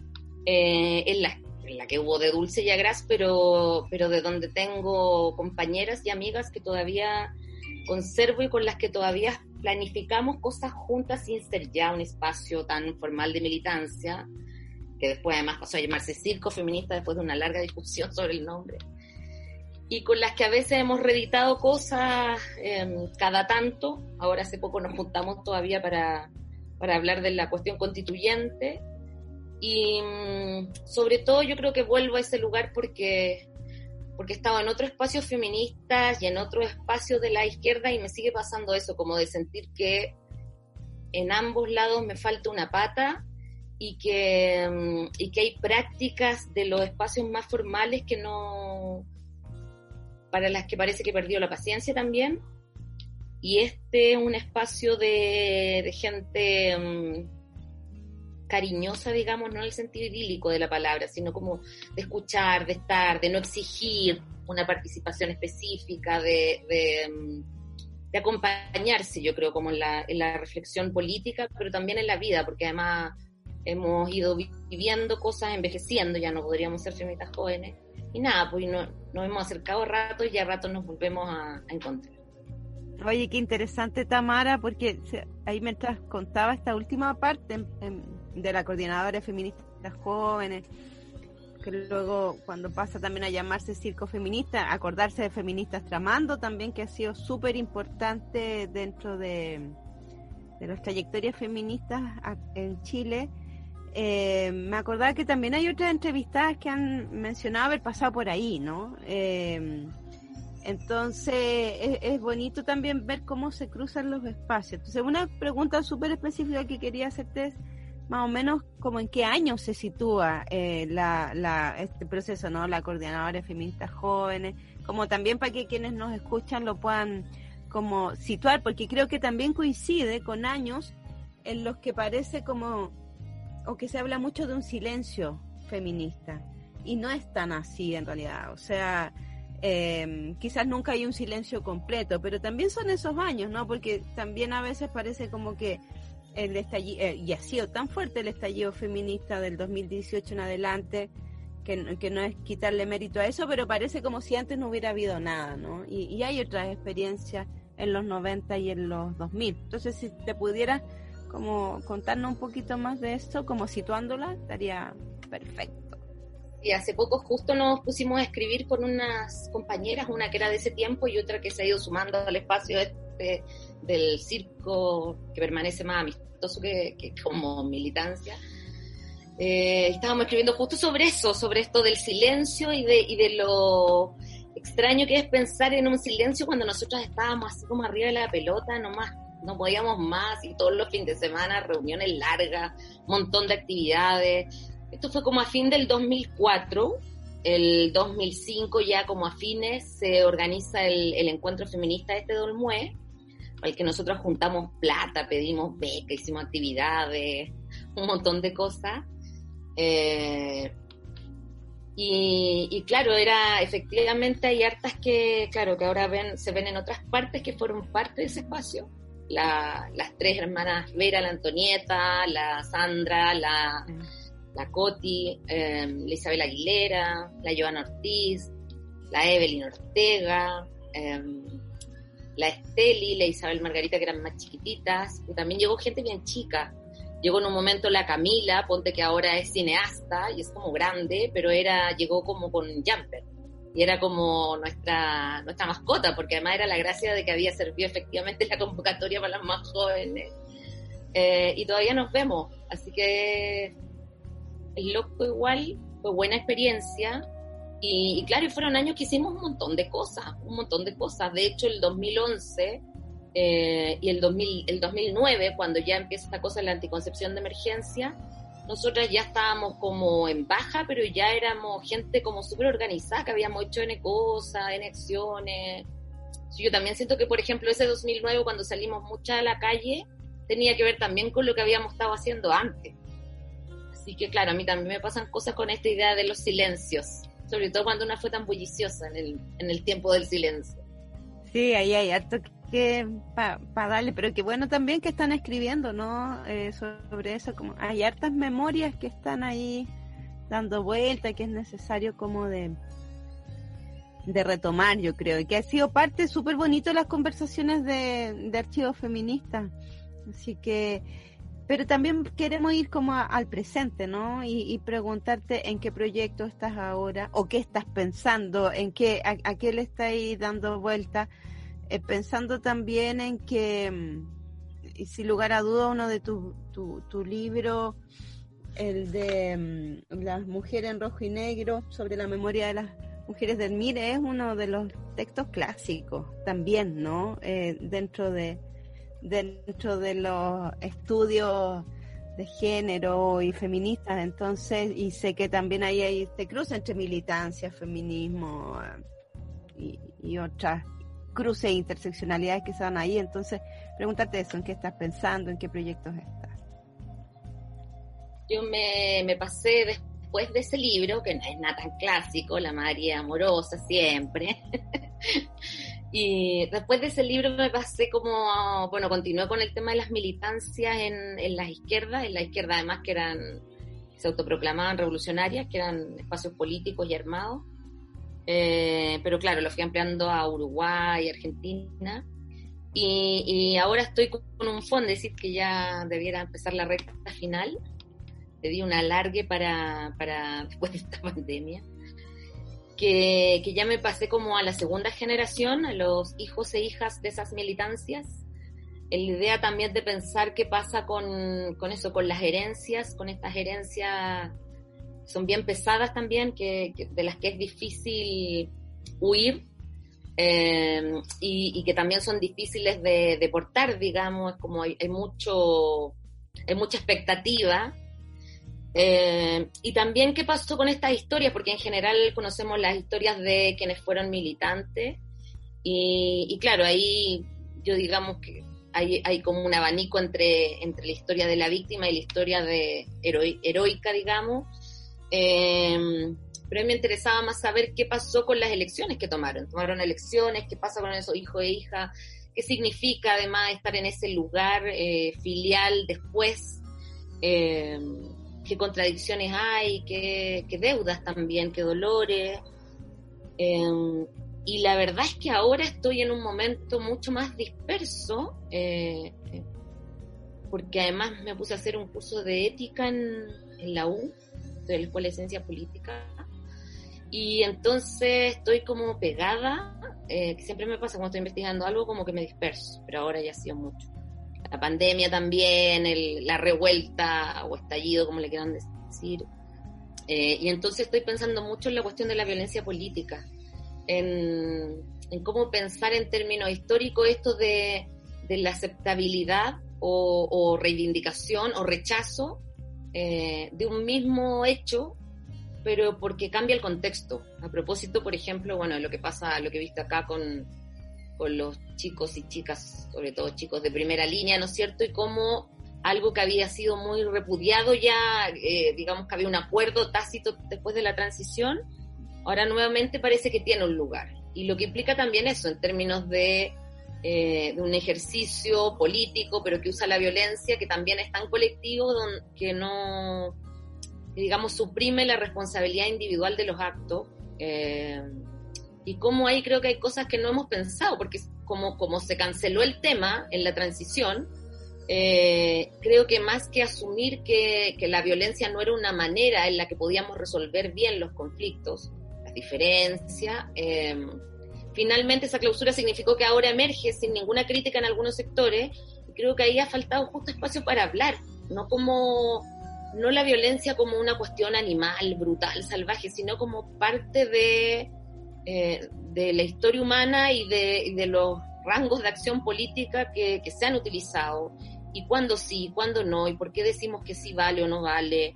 en la que hubo de Dulce y Agraz, pero de donde tengo compañeras y amigas que todavía conservo y con las que todavía planificamos cosas juntas sin ser ya un espacio tan formal de militancia, que después además pasó a llamarse Circo Feminista después de una larga discusión sobre el nombre, y con las que a veces hemos reeditado cosas cada tanto. Ahora hace poco nos juntamos todavía para hablar de la cuestión constituyente, y sobre todo yo creo que vuelvo a ese lugar porque he estado en otros espacios feministas y en otros espacios de la izquierda, y me sigue pasando eso, como de sentir que en ambos lados me falta una pata, y que hay prácticas de los espacios más formales que no, para las que parece que he perdido la paciencia también, y este es un espacio de gente cariñosa, digamos, no en el sentido idílico de la palabra, sino como de escuchar, de estar, de no exigir una participación específica, de acompañarse, yo creo, como en la reflexión política, pero también en la vida, porque además hemos ido viviendo cosas, envejeciendo, ya no podríamos ser feministas jóvenes, y nada, pues nos hemos acercado a ratos y a ratos nos volvemos a encontrar. Oye, qué interesante, Tamara, porque ahí mientras contaba esta última parte de la Coordinadora Feministas Jóvenes, que luego cuando pasa también a llamarse Circo Feminista, acordarse de Feministas Tramando también, que ha sido súper importante dentro de las trayectorias feministas en Chile. Me acordaba que también hay otras entrevistadas que han mencionado haber pasado por ahí, ¿no? Entonces es bonito también ver cómo se cruzan los espacios. Entonces una pregunta súper específica que quería hacerte es más o menos como en qué año se sitúa este proceso, ¿no? La Coordinadora de Feministas Jóvenes, como también para que quienes nos escuchan lo puedan como situar, porque creo que también coincide con años en los que parece como, o que se habla mucho de un silencio feminista, y no es tan así en realidad, o sea, quizás nunca hay un silencio completo, pero también son esos años, ¿no? Porque también a veces parece como que el estallido, y ha sido tan fuerte el estallido feminista del 2018 en adelante, que no es quitarle mérito a eso, pero parece como si antes no hubiera habido nada, ¿no? Y hay otras experiencias en los 90 y en los 2000. Entonces, si te pudieras como contarnos un poquito más de esto, como situándola, estaría perfecto. Y hace poco justo nos pusimos a escribir con unas compañeras, una que era de ese tiempo y otra que se ha ido sumando al espacio del circo, que permanece más amistoso que como militancia. Estábamos escribiendo justo sobre eso, sobre esto del silencio y de lo extraño que es pensar en un silencio cuando nosotros estábamos así como arriba de la pelota, no podíamos más, y todos los fines de semana, reuniones largas, montón de actividades. Esto fue como a fin del 2004, el 2005 ya como a fines se organiza el encuentro feminista de Olmué, al que nosotros juntamos plata, pedimos becas, hicimos actividades, un montón de cosas. Y claro, efectivamente hay hartas que ahora se ven en otras partes que fueron parte de ese espacio. Las tres hermanas Vera, la Antonieta, la Sandra, la Coti, la Isabel Aguilera, la Joana Ortiz, la Evelyn Ortega, la Esteli, la Isabel Margarita, que eran más chiquititas, y también llegó gente bien chica. Llegó en un momento la Camila, ponte que ahora es cineasta y es como grande, pero llegó como con jumper, y era como nuestra mascota, porque además era la gracia de que había servido efectivamente la convocatoria para las más jóvenes, y todavía nos vemos, así que es loco igual, fue buena experiencia, y claro, fueron años que hicimos un montón de cosas, de hecho el 2011 y el 2009, cuando ya empieza esta cosa de la anticoncepción de emergencia, nosotras ya estábamos como en baja, pero ya éramos gente como súper organizada, que habíamos hecho N cosas, N acciones. Yo también siento que, por ejemplo, ese 2009, cuando salimos mucha a la calle, tenía que ver también con lo que habíamos estado haciendo antes. Así que, claro, a mí también me pasan cosas con esta idea de los silencios, sobre todo cuando una fue tan bulliciosa en el tiempo del silencio. Sí, ahí hay harto que para darle, pero qué bueno también que están escribiendo, ¿no? Sobre eso, como hay hartas memorias que están ahí dando vuelta, que es necesario como de retomar, yo creo, y que ha sido parte súper bonito de las conversaciones de Archivos Feministas. Así que, pero también queremos ir como al presente, ¿no? Y preguntarte en qué proyecto estás ahora, o qué estás pensando, a qué le estáis dando vuelta, pensando también en que, y sin lugar a duda, uno de tu libro, el de Las mujeres en rojo y negro, sobre la memoria de las mujeres del MIR, es uno de los textos clásicos también, ¿no? Dentro de los estudios de género y feministas. Entonces, y sé que también ahí hay este cruce entre militancia, feminismo y otras cruces e interseccionalidades que se dan ahí. Entonces, preguntarte eso, ¿en qué estás pensando? ¿En qué proyectos estás? Yo me pasé después de ese libro, que no es nada tan clásico, La María Amorosa siempre, y después de ese libro me pasé como, bueno, continué con el tema de las militancias en las izquierdas, en la izquierda además que se autoproclamaban revolucionarias, que eran espacios políticos y armados, pero claro, lo fui ampliando a Uruguay, Argentina, y ahora estoy con un fondo, es decir, que ya debiera empezar la recta final. Le di un alargue para después de esta pandemia, que ya me pasé como a la segunda generación, a los hijos e hijas de esas militancias. La idea también de pensar qué pasa con eso, con las herencias, con estas herencias que son bien pesadas también, de las que es difícil huir, y que también son difíciles de portar, digamos, como hay mucha expectativa. Y también qué pasó con estas historias, porque en general conocemos las historias de quienes fueron militantes, y claro, ahí yo digamos que hay como un abanico entre la historia de la víctima y la historia de heroica, digamos, pero a mí me interesaba más saber qué pasó con las elecciones que tomaron elecciones, qué pasa con esos hijos e hijas, qué significa además estar en ese lugar filial después, qué contradicciones hay, qué deudas también, qué dolores. Y la verdad es que ahora estoy en un momento mucho más disperso, porque además me puse a hacer un curso de ética en la U, de la Escuela de Ciencia Política, y entonces estoy como pegada, que siempre me pasa cuando estoy investigando algo, como que me disperso, pero ahora ya ha sido mucho. La pandemia también, la revuelta o estallido, como le quieran decir. Y entonces estoy pensando mucho en la cuestión de la violencia política, en cómo pensar en términos históricos esto de la aceptabilidad o reivindicación o rechazo de un mismo hecho, pero porque cambia el contexto. A propósito, por ejemplo, bueno, lo que he visto acá con los chicos y chicas, sobre todo chicos de primera línea, ¿no es cierto? Y como algo que había sido muy repudiado ya, digamos que había un acuerdo tácito después de la transición, ahora nuevamente parece que tiene un lugar. Y lo que implica también eso, en términos de un ejercicio político, pero que usa la violencia, que también es tan colectivo, que no, digamos, suprime la responsabilidad individual de los actos. Y como ahí creo que hay cosas que no hemos pensado, porque como se canceló el tema en la transición, creo que más que asumir que la violencia no era una manera en la que podíamos resolver bien los conflictos, las diferencias, finalmente esa clausura significó que ahora emerge sin ninguna crítica en algunos sectores, y creo que ahí ha faltado justo espacio para hablar, no la violencia como una cuestión animal, brutal, salvaje, sino como parte de la historia humana y de los rangos de acción política que se han utilizado, y cuándo sí, cuándo no, y por qué decimos que sí vale o no vale.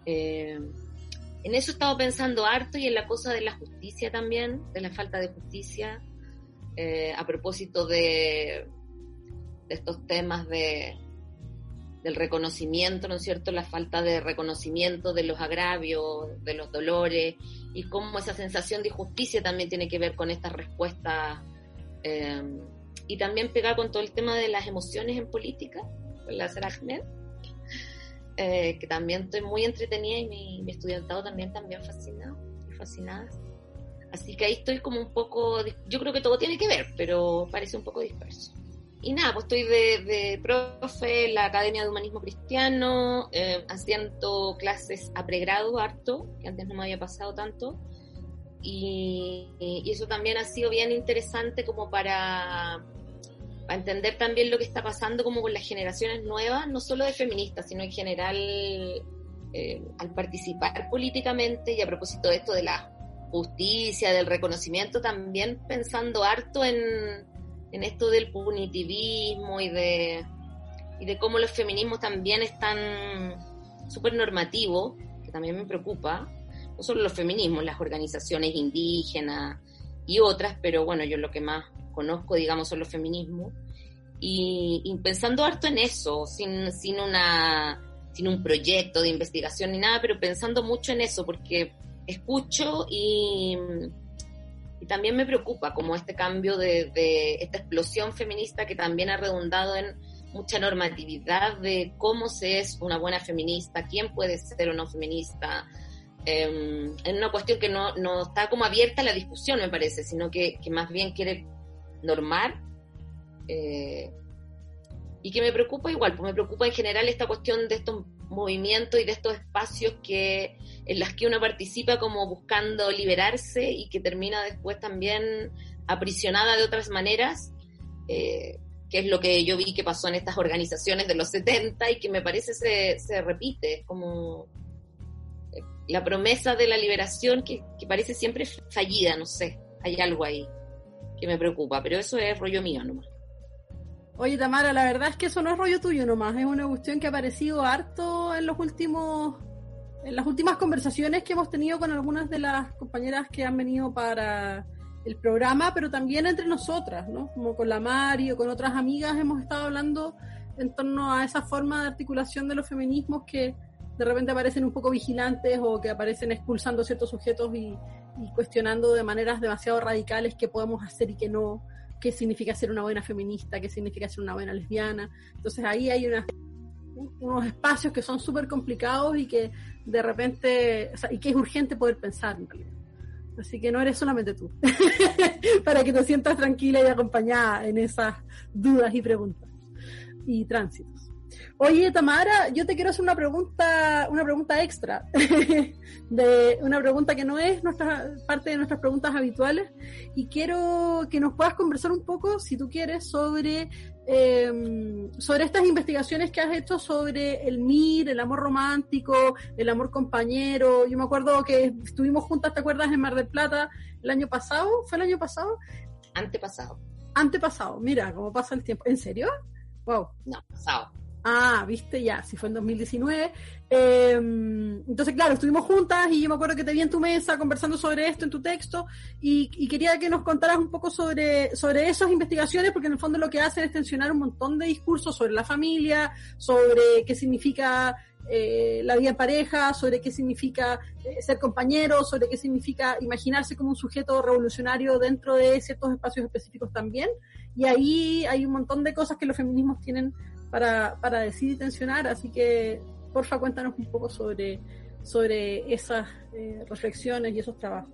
En eso he estado pensando harto, y en la cosa de la justicia también, de la falta de justicia, a propósito de estos temas del reconocimiento, ¿no es cierto?, la falta de reconocimiento de los agravios, de los dolores, y cómo esa sensación de injusticia también tiene que ver con estas respuestas, y también pegar con todo el tema de las emociones en política, con la Sara Ahmed. que también estoy muy entretenida y mi estudiantado también fascinado y fascinadas. Así que ahí estoy como un poco, yo creo que todo tiene que ver, pero parece un poco disperso. Y nada, pues estoy de profe en la Academia de Humanismo Cristiano, haciendo clases a pregrado harto, que antes no me había pasado tanto, y eso también ha sido bien interesante como para entender también lo que está pasando como con las generaciones nuevas, no solo de feministas, sino en general al participar políticamente, y a propósito de esto de la justicia, del reconocimiento, también pensando harto en esto del punitivismo y de cómo los feminismos también están súper normativos, que también me preocupa, no solo los feminismos, las organizaciones indígenas y otras, pero bueno, yo lo que más conozco, digamos, son los feminismos, y pensando harto en eso, sin un proyecto de investigación ni nada, pero pensando mucho en eso, porque escucho y también me preocupa como este cambio de esta explosión feminista que también ha redundado en mucha normatividad de cómo se es una buena feminista, quién puede ser o no feminista, en una cuestión que no está como abierta a la discusión, me parece, sino que más bien quiere normar, y que me preocupa igual, pues me preocupa en general esta cuestión de estos movimientos y de estos espacios en los que uno participa como buscando liberarse y que termina después también aprisionada de otras maneras, que es lo que yo vi que pasó en estas organizaciones de los 70 y que me parece se repite, como la promesa de la liberación que parece siempre fallida, no sé, hay algo ahí que me preocupa, pero eso es rollo mío nomás. Oye, Tamara, la verdad es que eso no es rollo tuyo nomás, es una cuestión que ha aparecido harto en las últimas conversaciones que hemos tenido con algunas de las compañeras que han venido para el programa, pero también entre nosotras, ¿no? Como con la Mari o con otras amigas hemos estado hablando en torno a esa forma de articulación de los feminismos que de repente aparecen un poco vigilantes o que aparecen expulsando ciertos sujetos y cuestionando de maneras demasiado radicales qué podemos hacer y qué no, qué significa ser una buena feminista, qué significa ser una buena lesbiana. Entonces ahí hay unos espacios que son súper complicados y que de repente, o sea, y que es urgente poder pensar en realidad. Así que no eres solamente tú, para que te sientas tranquila y acompañada en esas dudas y preguntas y tránsitos. Oye, Tamara, yo te quiero hacer una pregunta extra, de una pregunta que no es parte de nuestras preguntas habituales, y quiero que nos puedas conversar un poco, si tú quieres, sobre estas investigaciones que has hecho sobre el MIR, el amor romántico, el amor compañero. Yo me acuerdo que estuvimos juntas, ¿te acuerdas?, en Mar del Plata el año pasado. ¿Fue el año pasado? Antepasado, mira cómo pasa el tiempo. ¿En serio? Wow. No, pasado. Ah, viste, ya, si fue en 2019. Entonces, claro, estuvimos juntas y yo me acuerdo que te vi en tu mesa conversando sobre esto en tu texto y quería que nos contaras un poco sobre esas investigaciones, porque en el fondo lo que hacen es tensionar un montón de discursos sobre la familia, sobre qué significa la vida en pareja, sobre qué significa ser compañero, sobre qué significa imaginarse como un sujeto revolucionario dentro de ciertos espacios específicos también. Y ahí hay un montón de cosas que los feminismos tienen para decir y tensionar, así que porfa cuéntanos un poco sobre esas reflexiones y esos trabajos.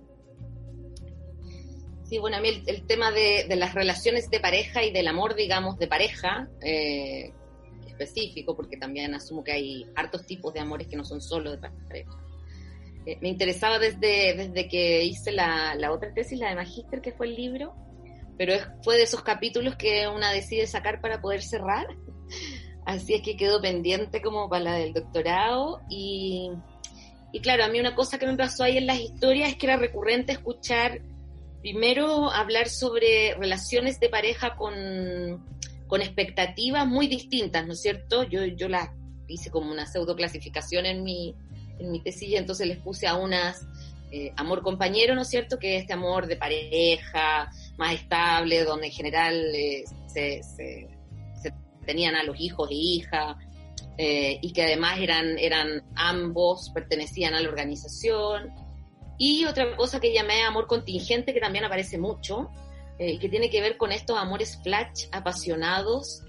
Sí, bueno, a mí el tema de las relaciones de pareja y del amor, digamos, de pareja, específico, porque también asumo que hay hartos tipos de amores que no son solo de pareja. Me interesaba desde que hice la otra tesis, la de magíster, que fue el libro, pero fue de esos capítulos que una decide sacar para poder cerrar. Así es que quedó pendiente como para la del doctorado y claro, a mí una cosa que me pasó ahí en las historias es que era recurrente escuchar primero hablar sobre relaciones de pareja con expectativas muy distintas, ¿no es cierto? Yo las hice como una pseudo clasificación en mi tesis, y entonces les puse a unas amor compañero, ¿no es cierto? Que es este amor de pareja más estable, donde en general se tenían a los hijos e hijas, y que además eran ambos, pertenecían a la organización. Y otra cosa que llamé amor contingente, que también aparece mucho, que tiene que ver con estos amores flash, apasionados,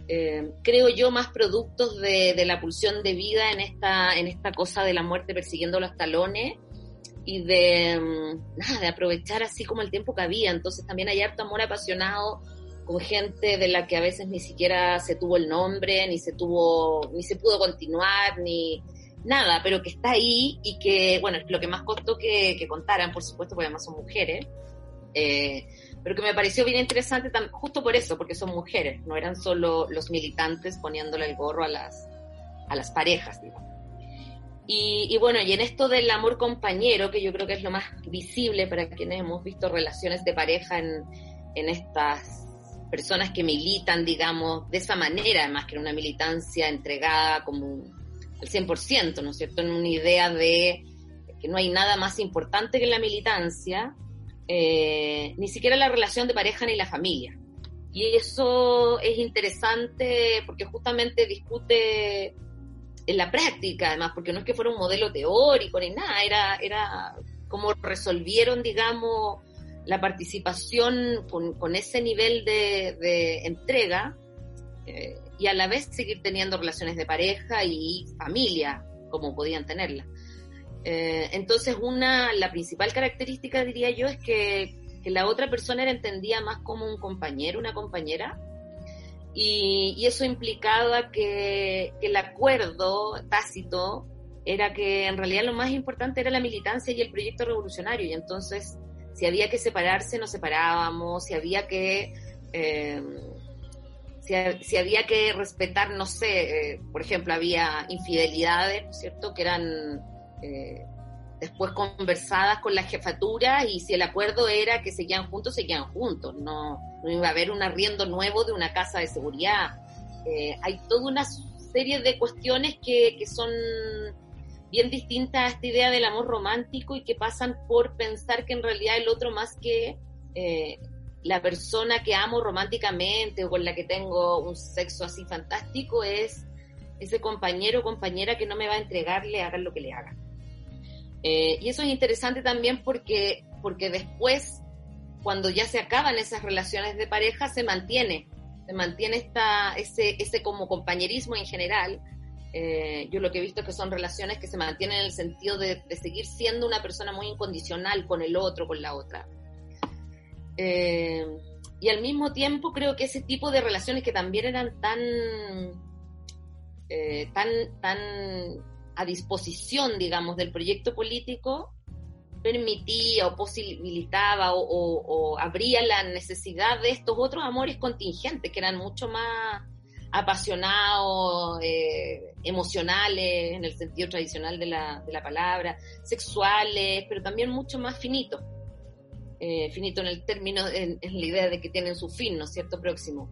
creo yo, más productos de la pulsión de vida en esta cosa de la muerte persiguiendo los talones y de aprovechar así como el tiempo que había. Entonces también hay harto amor apasionado con gente de la que a veces ni siquiera se tuvo el nombre, ni se pudo continuar, ni nada, pero que está ahí y que, bueno, es lo que más costó que contaran, por supuesto, porque además son mujeres, pero que me pareció bien interesante justo por eso, porque son mujeres, no eran solo los militantes poniéndole el gorro a las parejas, digamos. Y bueno, y en esto del amor compañero, que yo creo que es lo más visible para quienes hemos visto relaciones de pareja en estas personas que militan, digamos, de esa manera, además que en una militancia entregada como al 100%, ¿no es cierto?, en una idea de que no hay nada más importante que la militancia, ni siquiera la relación de pareja ni la familia. Y eso es interesante porque justamente discute en la práctica, además, porque no es que fuera un modelo teórico ni nada, era como resolvieron, digamos, la participación con ese nivel de entrega, y a la vez seguir teniendo relaciones de pareja y familia, como podían tenerla. Entonces, la principal característica, diría yo, es que la otra persona era entendida más como un compañero, una compañera, y eso implicaba que el acuerdo tácito era que en realidad lo más importante era la militancia y el proyecto revolucionario, y entonces si había que separarse, nos separábamos, si había que respetar, no sé, por ejemplo, había infidelidades, ¿no es cierto?, que eran después conversadas con la jefatura, y si el acuerdo era que seguían juntos, no iba a haber un arriendo nuevo de una casa de seguridad. Hay toda una serie de cuestiones que son bien distintas a esta idea del amor romántico y que pasan por pensar que en realidad el otro, más que la persona que amo románticamente o con la que tengo un sexo así fantástico, es ese compañero o compañera que no me va a entregarle, hagan lo que le hagan. Y eso es interesante también porque después, cuando ya se acaban esas relaciones de pareja, se mantiene ese como compañerismo en general. Yo lo que he visto es que son relaciones que se mantienen en el sentido de seguir siendo una persona muy incondicional con el otro, con la otra. Y al mismo tiempo creo que ese tipo de relaciones que también eran tan a disposición, digamos, del proyecto político, permitía o posibilitaba o abría la necesidad de estos otros amores contingentes que eran mucho más apasionados, emocionales en el sentido tradicional de la palabra, sexuales, pero también mucho más finitos. Finito en el término, en la idea de que tienen su fin, ¿no es cierto?, próximo.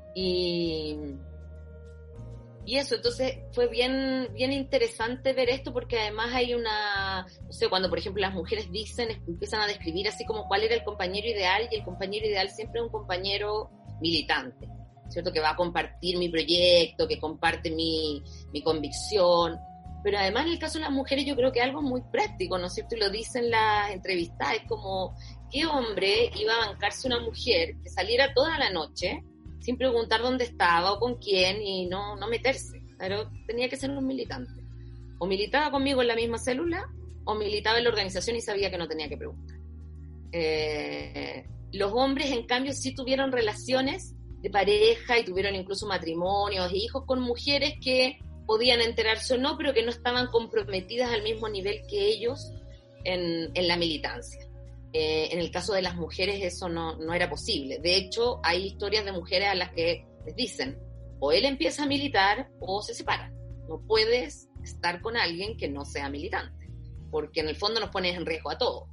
Y eso, entonces fue bien interesante ver esto, porque además hay no sé, cuando por ejemplo las mujeres empiezan a describir así como cuál era el compañero ideal, y el compañero ideal siempre es un compañero militante, ¿cierto?, que va a compartir mi proyecto, que comparte mi convicción. Pero además en el caso de las mujeres yo creo que algo muy práctico, ¿no es cierto?, y lo dicen las entrevistadas, es como, ¿qué hombre iba a bancarse una mujer que saliera toda la noche sin preguntar dónde estaba o con quién y no meterse? Pero tenía que ser un militante. O militaba conmigo en la misma célula, o militaba en la organización y sabía que no tenía que preguntar. Los hombres, en cambio, sí tuvieron relaciones de pareja y tuvieron incluso matrimonios e hijos con mujeres que podían enterarse o no, pero que no estaban comprometidas al mismo nivel que ellos en la militancia. En el caso de las mujeres eso no era posible. De hecho, hay historias de mujeres a las que les dicen, o él empieza a militar o se separa. No puedes estar con alguien que no sea militante, porque en el fondo nos pones en riesgo a todos.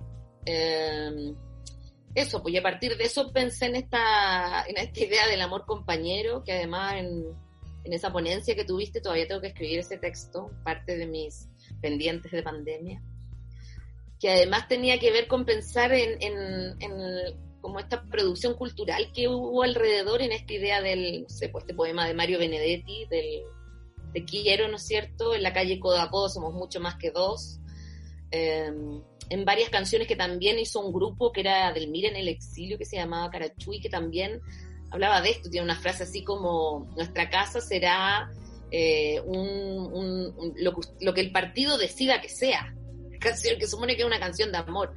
Eso, pues, y a partir de eso pensé en esta idea del amor compañero, que además en esa ponencia que tuviste todavía tengo que escribir ese texto, parte de mis pendientes de pandemia, que además tenía que ver con pensar en como esta producción cultural que hubo alrededor, en esta idea del, no sé, pues este poema de Mario Benedetti, de Quiero, ¿no es cierto?, en la calle codo a codo somos mucho más que dos, en varias canciones que también hizo un grupo que era del Mira en el exilio, que se llamaba Carachuy, que también hablaba de esto, tiene una frase así como, nuestra casa será lo que el partido decida que sea, canción que supone que es una canción de amor.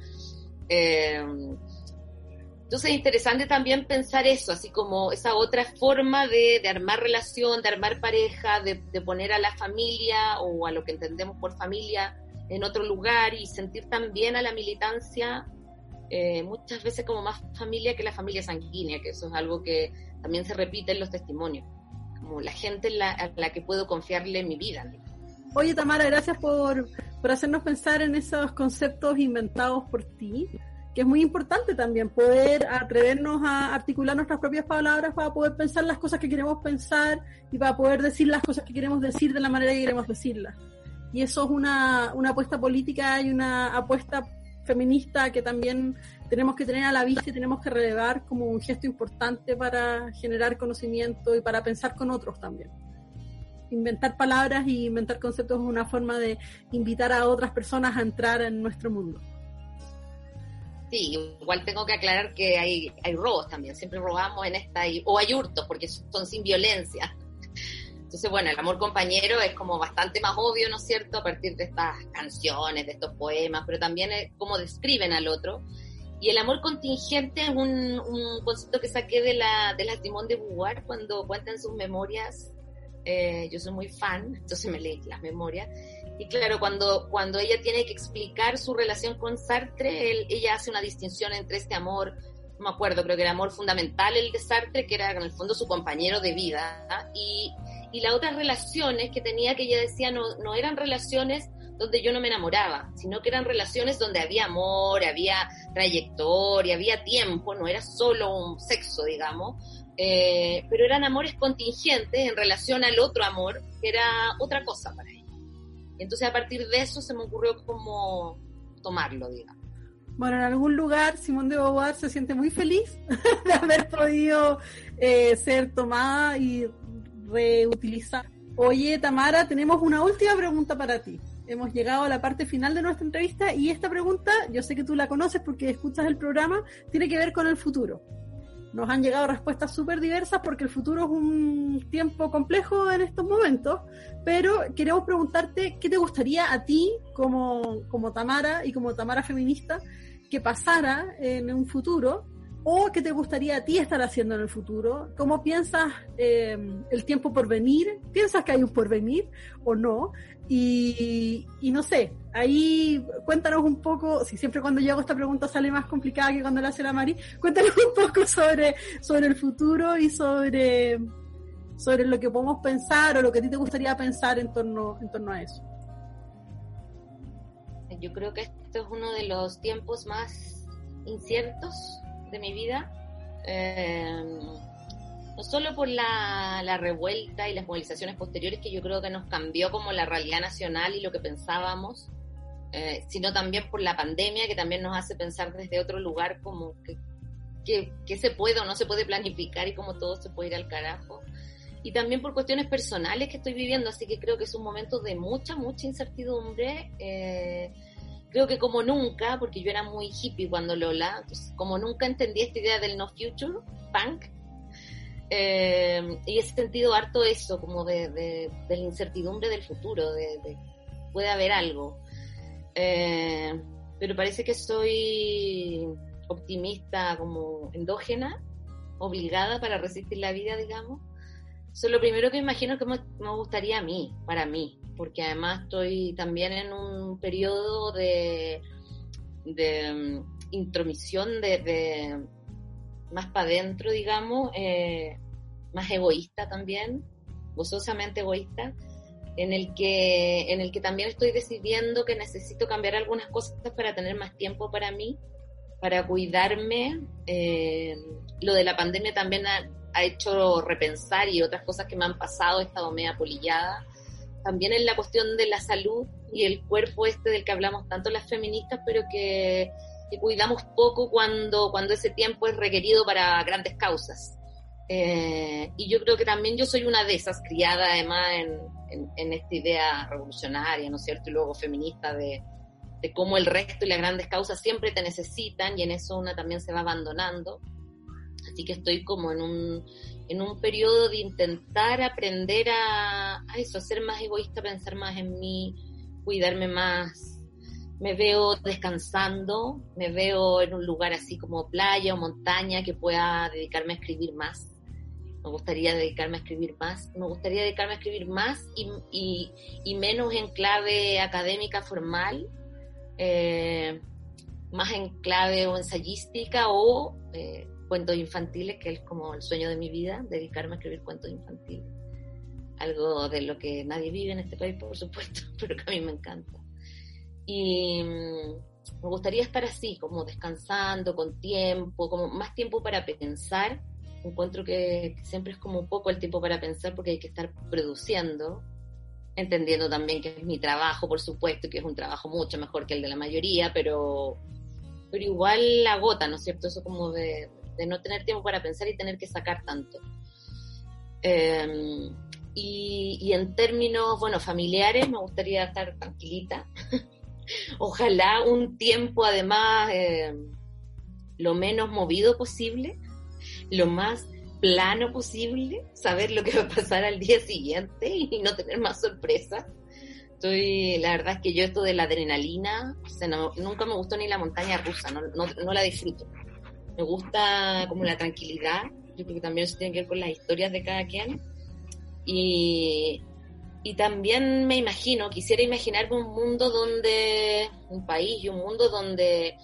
Entonces es interesante también pensar eso, así como esa otra forma de armar relación, de armar pareja, de poner a la familia o a lo que entendemos por familia en otro lugar y sentir también a la militancia muchas veces como más familia que la familia sanguínea, que eso es algo que también se repite en los testimonios, como la gente a la que puedo confiarle mi vida. Oye, Tamara, gracias por hacernos pensar en esos conceptos inventados por ti, que es muy importante también poder atrevernos a articular nuestras propias palabras para poder pensar las cosas que queremos pensar y para poder decir las cosas que queremos decir de la manera que queremos decirlas. Y eso es una apuesta política y una apuesta feminista que también tenemos que tener a la vista y tenemos que relevar como un gesto importante para generar conocimiento y para pensar con otros también. Inventar palabras y inventar conceptos es una forma de invitar a otras personas a entrar en nuestro mundo. Sí, igual tengo que aclarar que hay robos también, siempre robamos en esta, o hay hurtos, porque son sin violencia. Entonces, bueno, el amor compañero es como bastante más obvio, ¿no es cierto?, a partir de estas canciones, de estos poemas, pero también es cómo describen al otro. Y el amor contingente es un concepto que saqué de la Simone de Beauvoir cuando cuenta en sus memorias. Yo soy muy fan, entonces me leí las memorias. Y claro, cuando ella tiene que explicar su relación con Sartre, ella hace una distinción entre este amor, no me acuerdo, creo que era amor fundamental el de Sartre, que era en el fondo su compañero de vida, y las otras relaciones que tenía, que ella decía no eran relaciones donde yo no me enamoraba, sino que eran relaciones donde había amor, había trayectoria, había tiempo, no era solo un sexo, digamos, pero eran amores contingentes en relación al otro amor, que era otra cosa para ella. Entonces a partir de eso se me ocurrió como tomarlo, digamos. Bueno, en algún lugar Simone de Beauvoir se siente muy feliz de haber podido ser tomada y reutilizada. Oye, Tamara, tenemos una última pregunta para ti. Hemos llegado a la parte final de nuestra entrevista y esta pregunta, yo sé que tú la conoces porque escuchas el programa, tiene que ver con el futuro. Nos han llegado respuestas súper diversas porque el futuro es un tiempo complejo en estos momentos, pero queremos preguntarte qué te gustaría a ti como Tamara y como Tamara feminista que pasara en un futuro, o qué te gustaría a ti estar haciendo en el futuro. ¿Cómo piensas el tiempo por venir? ¿Piensas que hay un porvenir o no? Y no sé, ahí cuéntanos un poco, si siempre cuando yo hago esta pregunta sale más complicada que cuando la hace la Mari, cuéntanos un poco sobre el futuro y sobre lo que podemos pensar o lo que a ti te gustaría pensar en torno a eso. Yo creo que este es uno de los tiempos más inciertos de mi vida, no solo por la revuelta y las movilizaciones posteriores, que yo creo que nos cambió como la realidad nacional y lo que pensábamos, sino también por la pandemia, que también nos hace pensar desde otro lugar como que se puede o no se puede planificar y cómo todo se puede ir al carajo, y también por cuestiones personales que estoy viviendo, así que creo que es un momento de mucha incertidumbre. Creo que como nunca, porque yo era muy hippie cuando Lola, entonces como nunca entendí esta idea del no future, punk, y he sentido harto eso, como de la incertidumbre del futuro, de puede haber algo. Pero parece que soy optimista, como endógena, obligada para resistir la vida, digamos. Eso es lo primero que imagino que me gustaría a mí, para mí, porque además estoy también en un periodo de intromisión, de más para adentro, digamos, más egoísta también, gozosamente egoísta, en el que también estoy decidiendo que necesito cambiar algunas cosas para tener más tiempo para mí, para cuidarme. Lo de la pandemia también ha hecho repensar, y otras cosas que me han pasado, he estado media polillada, también en la cuestión de la salud y el cuerpo del que hablamos tanto las feministas, pero que cuidamos poco cuando ese tiempo es requerido para grandes causas. Y yo creo que también yo soy una de esas, criada además en esta idea revolucionaria, ¿no es cierto?, y luego feminista de cómo el resto y las grandes causas siempre te necesitan, y en eso una también se va abandonando. Así que estoy como en un periodo de intentar aprender a eso, a ser más egoísta, pensar más en mí, cuidarme más. Me veo descansando, me veo en un lugar así como playa o montaña que pueda dedicarme a escribir más. Me gustaría dedicarme a escribir más y menos en clave académica formal, más en clave o ensayística o cuentos infantiles, que es como el sueño de mi vida, dedicarme a escribir cuentos infantiles. Algo de lo que nadie vive en este país, por supuesto, pero que a mí me encanta. Y me gustaría estar así, como descansando, con tiempo, como más tiempo para pensar. Encuentro que siempre es como poco el tiempo para pensar porque hay que estar produciendo, entendiendo también que es mi trabajo, por supuesto, que es un trabajo mucho mejor que el de la mayoría, pero igual agota, ¿no es cierto? Eso como de no tener tiempo para pensar y tener que sacar tanto. Y en términos, familiares, me gustaría estar tranquilita. Ojalá un tiempo, además, lo menos movido posible, lo más plano posible, saber lo que va a pasar al día siguiente y no tener más sorpresas. La verdad es que yo esto de la adrenalina, nunca me gustó ni la montaña rusa, no la disfruto. Me gusta como la tranquilidad, yo creo que también eso tiene que ver con las historias de cada quien. Y también quisiera imaginarme un país y un mundo donde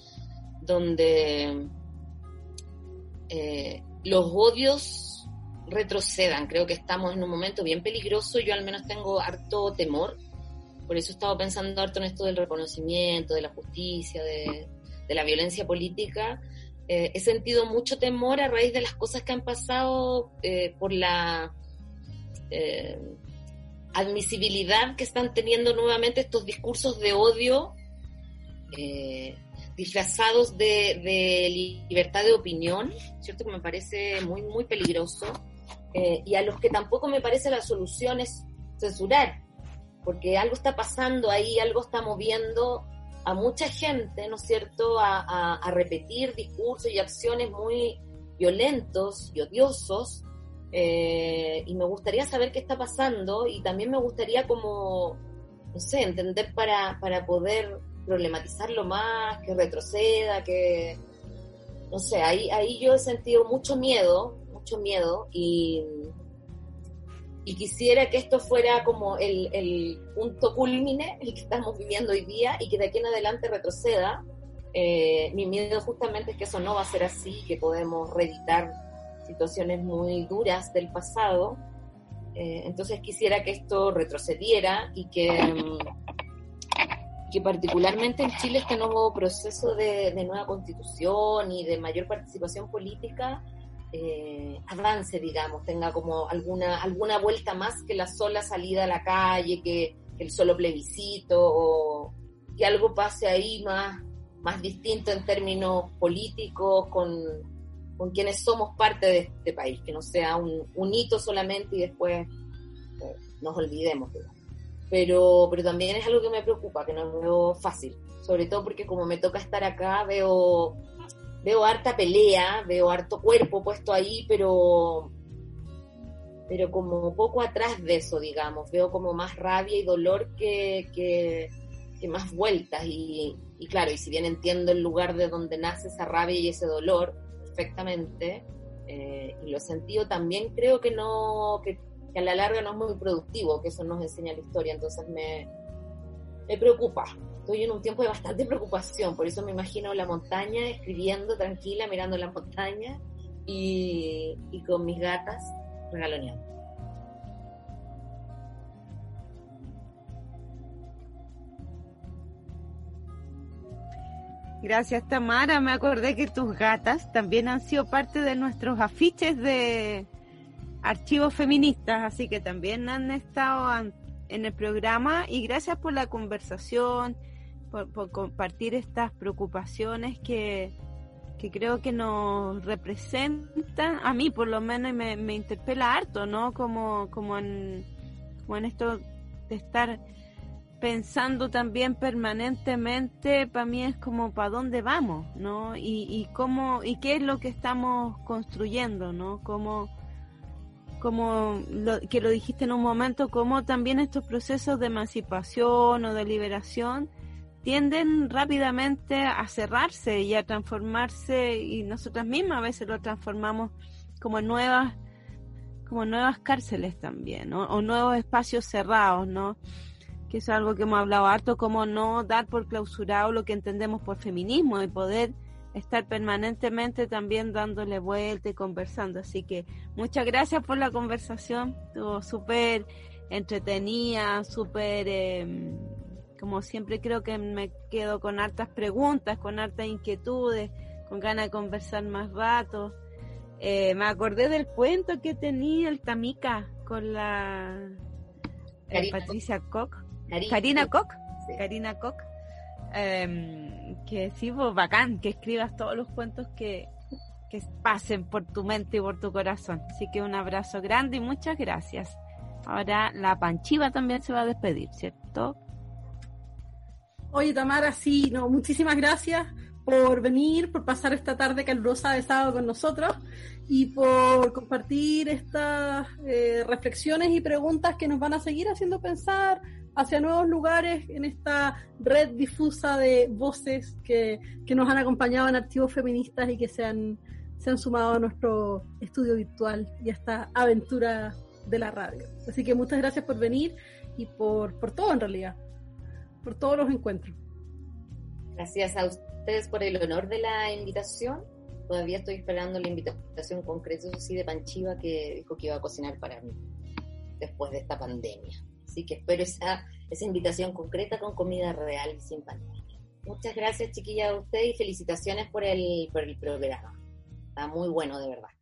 los odios retrocedan. Creo que estamos en un momento bien peligroso, yo al menos tengo harto temor, por eso he estado pensando harto en esto del reconocimiento, de la justicia, de la violencia política. He sentido mucho temor a raíz de las cosas que han pasado por la admisibilidad que están teniendo nuevamente estos discursos de odio disfrazados de libertad de opinión, ¿cierto? Que me parece muy, muy peligroso, y a los que tampoco me parece la solución es censurar, porque algo está pasando ahí, algo está moviendo a mucha gente, ¿no es cierto?, a repetir discursos y acciones muy violentos y odiosos, y me gustaría saber qué está pasando, y también me gustaría como, no sé, entender para poder problematizarlo más, que retroceda, que, no sé, ahí yo he sentido mucho miedo, y quisiera que esto fuera como el punto culmine, el que estamos viviendo hoy día, y que de aquí en adelante retroceda. Mi miedo justamente es que eso no va a ser así, que podemos reeditar situaciones muy duras del pasado. Entonces quisiera que esto retrocediera y que particularmente en Chile este nuevo proceso de nueva constitución y de mayor participación política avance, digamos, tenga como alguna vuelta más que la sola salida a la calle, que el solo plebiscito, o que algo pase ahí más distinto en términos políticos con quienes somos parte de este país, que no sea un hito solamente y después nos olvidemos, digamos. Pero también es algo que me preocupa, que no lo veo fácil, sobre todo porque como me toca estar acá, veo harta pelea, veo harto cuerpo puesto ahí, pero como poco atrás de eso, digamos, veo como más rabia y dolor que más vueltas, y claro, y si bien entiendo el lugar de donde nace esa rabia y ese dolor perfectamente, y lo he sentido, también creo que a la larga no es muy productivo, que eso nos enseña la historia, entonces me preocupa. Estoy en un tiempo de bastante preocupación, por eso me imagino la montaña, escribiendo tranquila, mirando la montaña y con mis gatas regaloneando. Gracias, Tamara. Me acordé que tus gatas también han sido parte de nuestros afiches de archivos feministas, así que también han estado en el programa, y gracias por la conversación, por compartir estas preocupaciones que creo que nos representan, a mí por lo menos, y me interpela harto, ¿no? Como en esto de estar pensando también permanentemente, para mí es como para dónde vamos, ¿no? Y cómo, y qué es lo que estamos construyendo, ¿no? Que lo dijiste en un momento, cómo también estos procesos de emancipación o de liberación tienden rápidamente a cerrarse y a transformarse, y nosotras mismas a veces lo transformamos como nuevas cárceles también, ¿no? O nuevos espacios cerrados, ¿no? Que es algo que hemos hablado harto, como no dar por clausurado lo que entendemos por feminismo y poder estar permanentemente también dándole vuelta y conversando. Así que muchas gracias por la conversación, estuvo súper entretenida, súper, como siempre creo que me quedo con hartas preguntas, con hartas inquietudes, con ganas de conversar más rato. Me acordé del cuento que tenía el Tamica con la Patricia Koch. Karina Koch. Sí. Karina Koch. Que sí, pues bacán, que escribas todos los cuentos que pasen por tu mente y por tu corazón. Así que un abrazo grande y muchas gracias. Ahora la Panchiva también se va a despedir, ¿cierto? Oye, Tamara, sí, no, muchísimas gracias por venir, por pasar esta tarde calurosa de sábado con nosotros y por compartir estas reflexiones y preguntas que nos van a seguir haciendo pensar hacia nuevos lugares en esta red difusa de voces que nos han acompañado en Archivos Feministas y que se han sumado a nuestro estudio virtual y a esta aventura de la radio. Así que muchas gracias por venir y por todo en realidad, por todos los encuentros. Gracias a ustedes por el honor de la invitación. Todavía estoy esperando la invitación concreta, eso sí, de Panchiva, que dijo que iba a cocinar para mí después de esta pandemia. Así que espero esa invitación concreta con comida real y sin pandemia. Muchas gracias, chiquilla, a ustedes y felicitaciones por el programa. Está muy bueno, de verdad.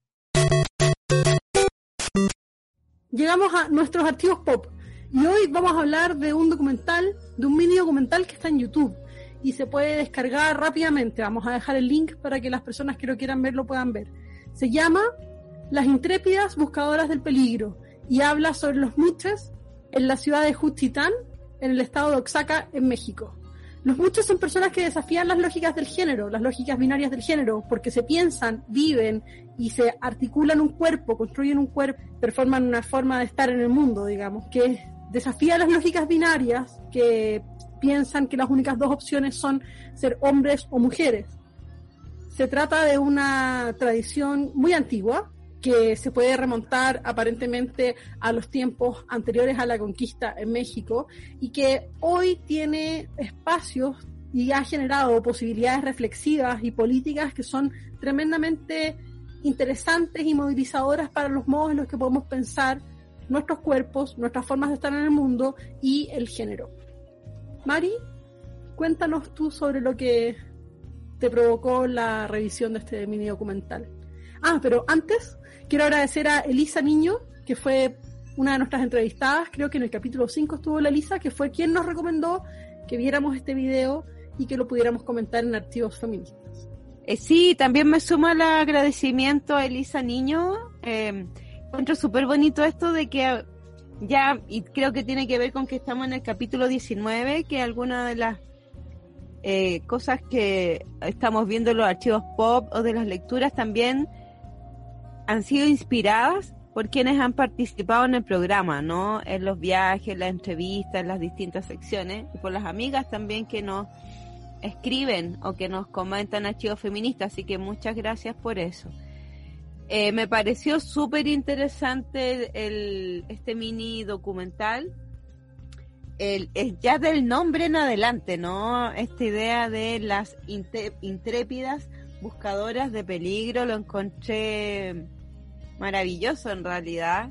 Llegamos a nuestros archivos pop y hoy vamos a hablar de un documental, de un mini documental que está en YouTube y se puede descargar rápidamente. Vamos a dejar el link para que las personas que lo quieran ver lo puedan ver. Se llama Las intrépidas buscadoras del peligro y habla sobre los muches en la ciudad de Juchitán, en el estado de Oaxaca, en México. Los muches son personas que desafían las lógicas del género, las lógicas binarias del género, porque se piensan, viven y se articulan un cuerpo, construyen un cuerpo, performan una forma de estar en el mundo, digamos, que desafía las lógicas binarias, que piensan que las únicas dos opciones son ser hombres o mujeres. Se trata de una tradición muy antigua, que se puede remontar aparentemente a los tiempos anteriores a la conquista en México y que hoy tiene espacios y ha generado posibilidades reflexivas y políticas que son tremendamente interesantes y movilizadoras para los modos en los que podemos pensar nuestros cuerpos, nuestras formas de estar en el mundo y el género. Mari, cuéntanos tú sobre lo que te provocó la revisión de este mini documental. Pero antes quiero agradecer a Elisa Niño, que fue una de nuestras entrevistadas, creo que en el capítulo 5 estuvo la Elisa, que fue quien nos recomendó que viéramos este video y que lo pudiéramos comentar en Archivos Feministas. Sí, también me suma el agradecimiento a Elisa Niño. Encuentro súper bonito esto de que ya, y creo que tiene que ver con que estamos en el capítulo 19, que algunas de las cosas que estamos viendo en los archivos pop o de las lecturas también han sido inspiradas por quienes han participado en el programa, ¿no? En los viajes, las entrevistas, en las distintas secciones, y por las amigas también que nos escriben o que nos comentan Archivos Feministas, así que muchas gracias por eso. Me pareció súper interesante este mini documental, ya del nombre en adelante, ¿no? Esta idea de las intrépidas buscadoras de peligro, lo encontré maravilloso en realidad,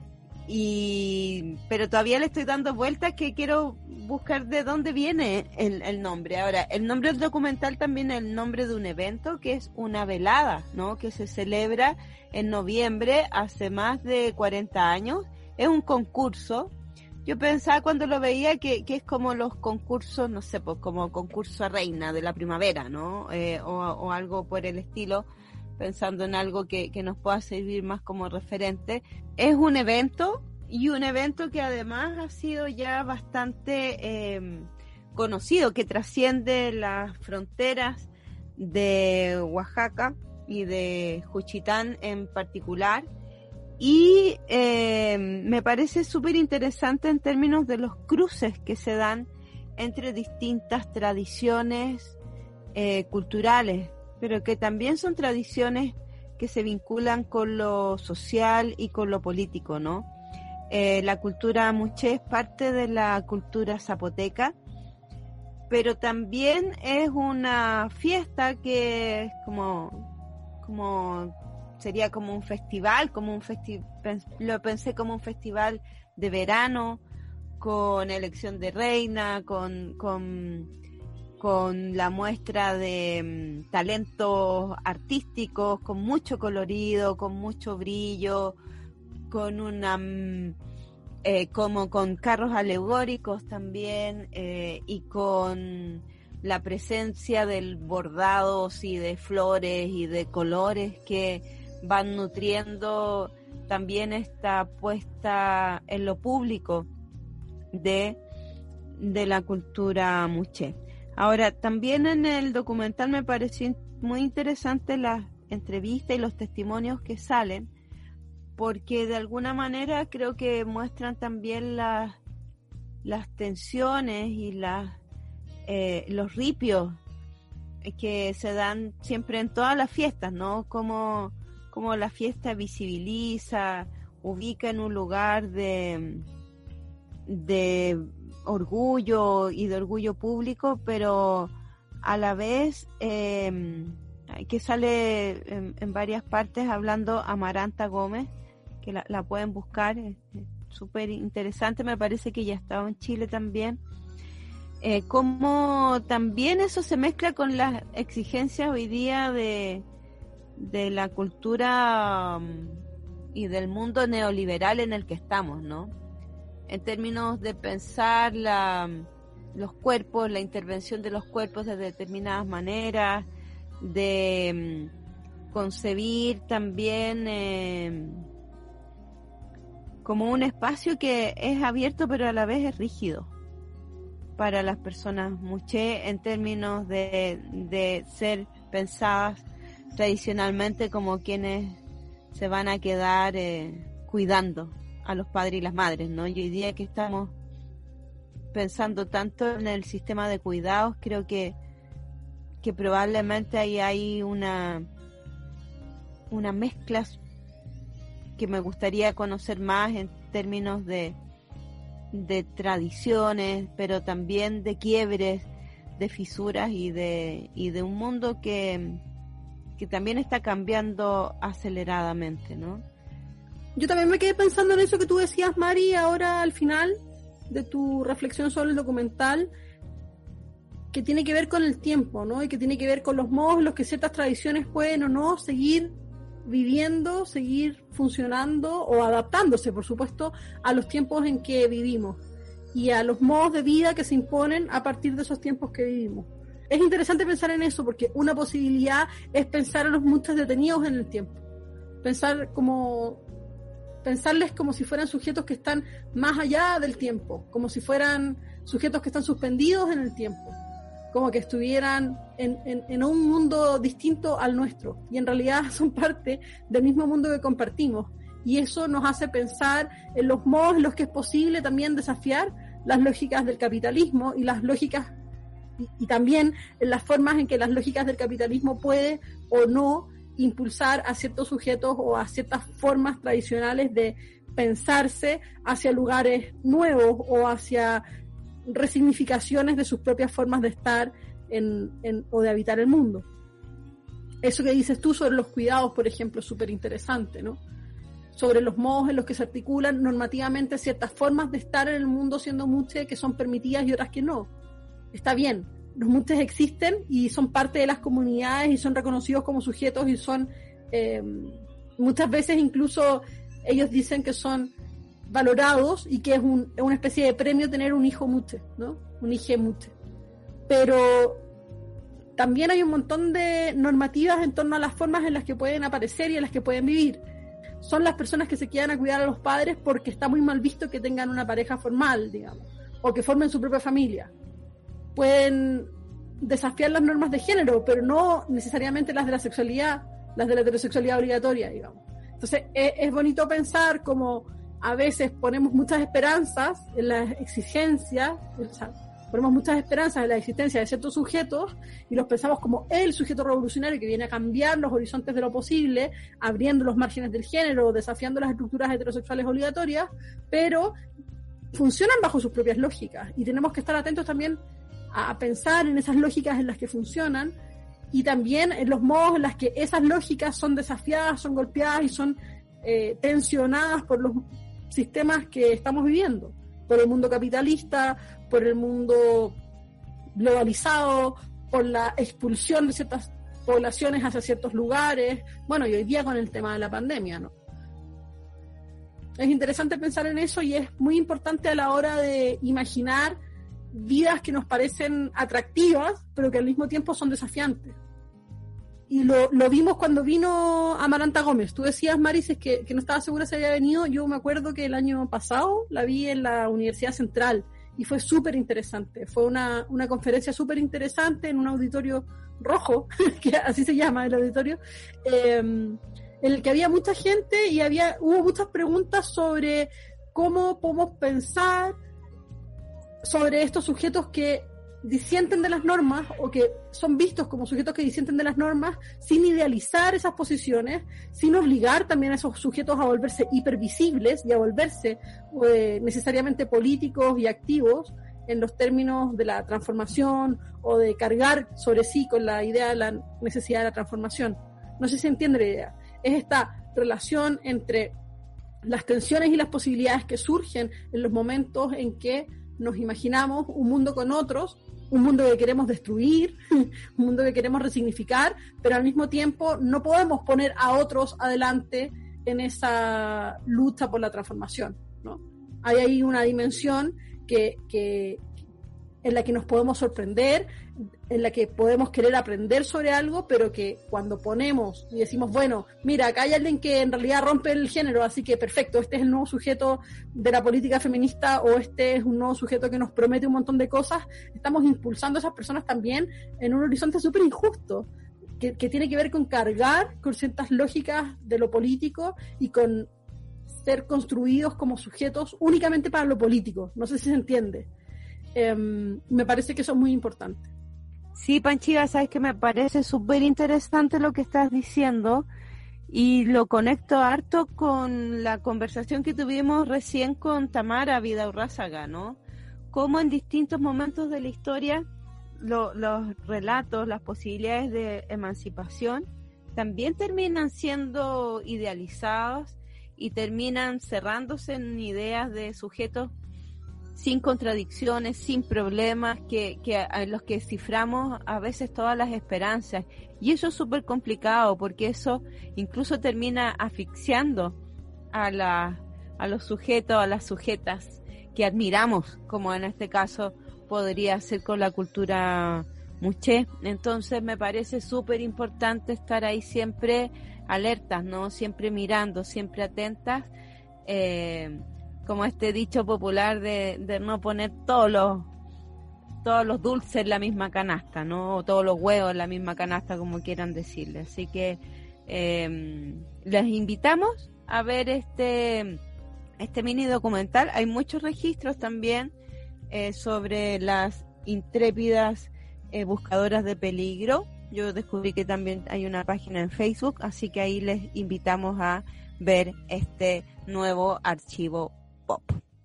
pero todavía le estoy dando vueltas, que quiero buscar de dónde viene el nombre. Ahora, el nombre del documental también es el nombre de un evento que es una velada, ¿no? Que se celebra en noviembre hace más de 40 años. Es un concurso. Yo pensaba cuando lo veía que es como los concursos, no sé, pues como concurso a reina de la primavera, ¿no? O algo por el estilo, pensando en algo que nos pueda servir más como referente. Es un evento Y un evento que además ha sido ya bastante conocido, que trasciende las fronteras de Oaxaca y de Juchitán en particular. Y me parece súper interesante en términos de los cruces que se dan entre distintas tradiciones culturales, pero que también son tradiciones que se vinculan con lo social y con lo político, ¿no? La cultura muché es parte de la cultura zapoteca, pero también es una fiesta que es sería como un festival, lo pensé como un festival de verano, con elección de reina, con la muestra de talentos artísticos, con mucho colorido, con mucho brillo, con como con carros alegóricos también, y con la presencia del bordados y de flores y de colores que van nutriendo también esta puesta en lo público de la cultura muché. Ahora, también en el documental me pareció muy interesante las entrevistas y los testimonios que salen, porque de alguna manera creo que muestran también las tensiones y los ripios que se dan siempre en todas las fiestas, ¿no? Como la fiesta visibiliza, ubica en un lugar de orgullo y de orgullo público, pero a la vez que sale en varias partes hablando Amaranta Gómez, que la pueden buscar, es súper interesante, me parece que ya estaba en Chile también. Cómo también eso se mezcla con las exigencias hoy día de la cultura y del mundo neoliberal en el que estamos, ¿no? En términos de pensar los cuerpos, la intervención de los cuerpos de determinadas maneras, de concebir también como un espacio que es abierto pero a la vez es rígido para las personas muché, en términos de ser pensadas tradicionalmente como quienes se van a quedar cuidando a los padres y las madres, ¿no? Y hoy día que estamos pensando tanto en el sistema de cuidados, creo que probablemente ahí hay una mezcla que me gustaría conocer más en términos de tradiciones, pero también de quiebres, de fisuras y de un mundo que también está cambiando aceleradamente, ¿no? Yo también me quedé pensando en eso que tú decías, Mari, ahora al final de tu reflexión sobre el documental, que tiene que ver con el tiempo, ¿no? Y que tiene que ver con los modos en los que ciertas tradiciones pueden o no seguir viviendo, seguir funcionando o adaptándose, por supuesto, a los tiempos en que vivimos y a los modos de vida que se imponen a partir de esos tiempos que vivimos. Es interesante pensar en eso porque una posibilidad es pensar a los muchos detenidos en el tiempo, pensarles como si fueran sujetos que están más allá del tiempo, como si fueran sujetos que están suspendidos en el tiempo, como que estuvieran en un mundo distinto al nuestro, y en realidad son parte del mismo mundo que compartimos, y eso nos hace pensar en los modos en los que es posible también desafiar las lógicas del capitalismo y las lógicas y también en las formas en que las lógicas del capitalismo puede o no impulsar a ciertos sujetos o a ciertas formas tradicionales de pensarse hacia lugares nuevos o hacia resignificaciones de sus propias formas de estar o de habitar el mundo. Eso que dices tú sobre los cuidados, por ejemplo, es súper interesante, ¿no? Sobre los modos en los que se articulan normativamente ciertas formas de estar en el mundo siendo muche que son permitidas y otras que no. Está bien, los muches existen y son parte de las comunidades y son reconocidos como sujetos y son muchas veces incluso ellos dicen que son valorados y que es una especie de premio tener un hijo muche, ¿no? Un hijo muche. Pero también hay un montón de normativas en torno a las formas en las que pueden aparecer y en las que pueden vivir. son las personas que se quedan a cuidar a los padres porque está muy mal visto que tengan una pareja formal, digamos, o que formen su propia familia. Pueden desafiar las normas de género, pero no necesariamente las de la sexualidad, las de la heterosexualidad obligatoria, digamos. Entonces, es bonito pensar como a veces ponemos muchas esperanzas en las exigencias, o sea, ponemos muchas esperanzas en la existencia de ciertos sujetos y los pensamos como el sujeto revolucionario que viene a cambiar los horizontes de lo posible, abriendo los márgenes del género, desafiando las estructuras heterosexuales obligatorias, pero funcionan bajo sus propias lógicas y tenemos que estar atentos también a pensar en esas lógicas en las que funcionan y también en los modos en los que esas lógicas son desafiadas, son golpeadas y son tensionadas por los sistemas que estamos viviendo, por el mundo capitalista, por el mundo globalizado, por la expulsión de ciertas poblaciones hacia ciertos lugares, bueno, y hoy día con el tema de la pandemia, ¿no? Es interesante pensar en eso y es muy importante a la hora de imaginar vidas que nos parecen atractivas, pero que al mismo tiempo son desafiantes. Y lo vimos cuando vino Amaranta Gómez. Tú decías, Maris, que no estaba segura si había venido. Yo me acuerdo que el año pasado la vi en la Universidad Central y fue súper interesante. Fue una conferencia súper interesante en un auditorio rojo, que así se llama el auditorio, en el que había mucha gente y hubo muchas preguntas sobre cómo podemos pensar sobre estos sujetos que disienten de las normas o que son vistos como sujetos que disienten de las normas sin idealizar esas posiciones, sin obligar también a esos sujetos a volverse hipervisibles y a volverse necesariamente políticos y activos en los términos de la transformación o de cargar sobre sí con la idea de la necesidad de la transformación. No sé si se entiende la idea. Es esta relación entre las tensiones y las posibilidades que surgen en los momentos en que nos imaginamos un mundo con otros, un mundo que queremos destruir, un mundo que queremos resignificar, pero al mismo tiempo no podemos poner a otros adelante en esa lucha por la transformación, ¿no? Hay ahí una dimensión que en la que nos podemos sorprender, en la que podemos querer aprender sobre algo, pero que cuando ponemos y decimos, bueno, mira, acá hay alguien que en realidad rompe el género, así que perfecto, este es el nuevo sujeto de la política feminista o este es un nuevo sujeto que nos promete un montón de cosas, estamos impulsando a esas personas también en un horizonte súper injusto, que tiene que ver con cargar con ciertas lógicas de lo político y con ser construidos como sujetos únicamente para lo político. No sé si se entiende. Me parece que eso es muy importante. Sí, Panchita, sabes que me parece súper interesante lo que estás diciendo y lo conecto harto con la conversación que tuvimos recién con Tamara Vidaurrázaga, ¿no? Cómo en distintos momentos de la historia los relatos, las posibilidades de emancipación también terminan siendo idealizados y terminan cerrándose en ideas de sujetos sin contradicciones, sin problemas, en los que ciframos a veces todas las esperanzas. Y eso es súper complicado, porque eso incluso termina asfixiando a los sujetos, a las sujetas que admiramos, como en este caso podría ser con la cultura muché. Entonces me parece súper importante estar ahí siempre alertas, ¿no? Siempre mirando, siempre atentas, como este dicho popular de no poner todos los dulces en la misma canasta, ¿no? O todos los huevos en la misma canasta, como quieran decirle. Así que les invitamos a ver este mini documental. Hay muchos registros también sobre las intrépidas buscadoras de peligro. Yo descubrí que también hay una página en Facebook, así que ahí les invitamos a ver este nuevo archivo pop.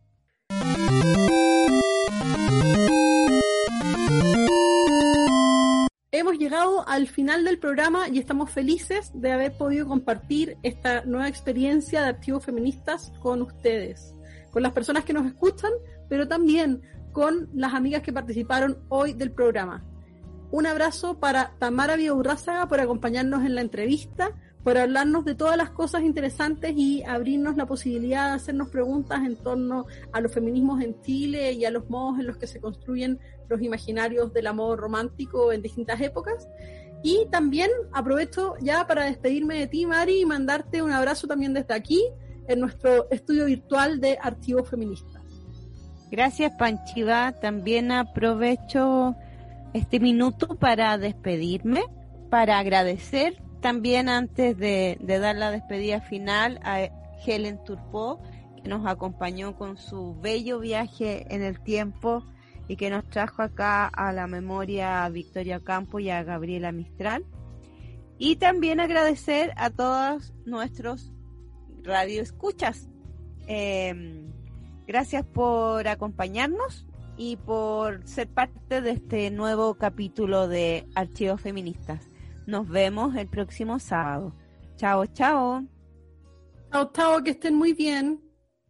Hemos llegado al final del programa y estamos felices de haber podido compartir esta nueva experiencia de Archivos Feministas con ustedes, con las personas que nos escuchan, pero también con las amigas que participaron hoy del programa. Un abrazo para Tamara Vidaurrázaga por acompañarnos en la entrevista, por hablarnos de todas las cosas interesantes y abrirnos la posibilidad de hacernos preguntas en torno a los feminismos en Chile y a los modos en los que se construyen los imaginarios del amor romántico en distintas épocas. Y también aprovecho ya para despedirme de ti, Mari, y mandarte un abrazo también desde aquí, en nuestro estudio virtual de Archivos Feministas. Gracias, Panchiva. También aprovecho este minuto para despedirme, para agradecer también antes de dar la despedida final a Helen Turpó, que nos acompañó con su bello viaje en el tiempo y que nos trajo acá a la memoria a Victoria Campo y a Gabriela Mistral. Y también agradecer a todos nuestros radioescuchas. Gracias por acompañarnos y por ser parte de este nuevo capítulo de Archivos Feministas. Nos vemos el próximo sábado. Chao, chao. Chao, chao, que estén muy bien.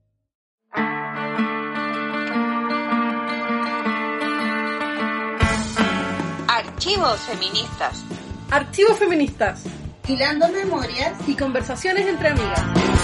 Archivos Feministas. Archivos Feministas. Hilando memorias Y conversaciones entre amigas.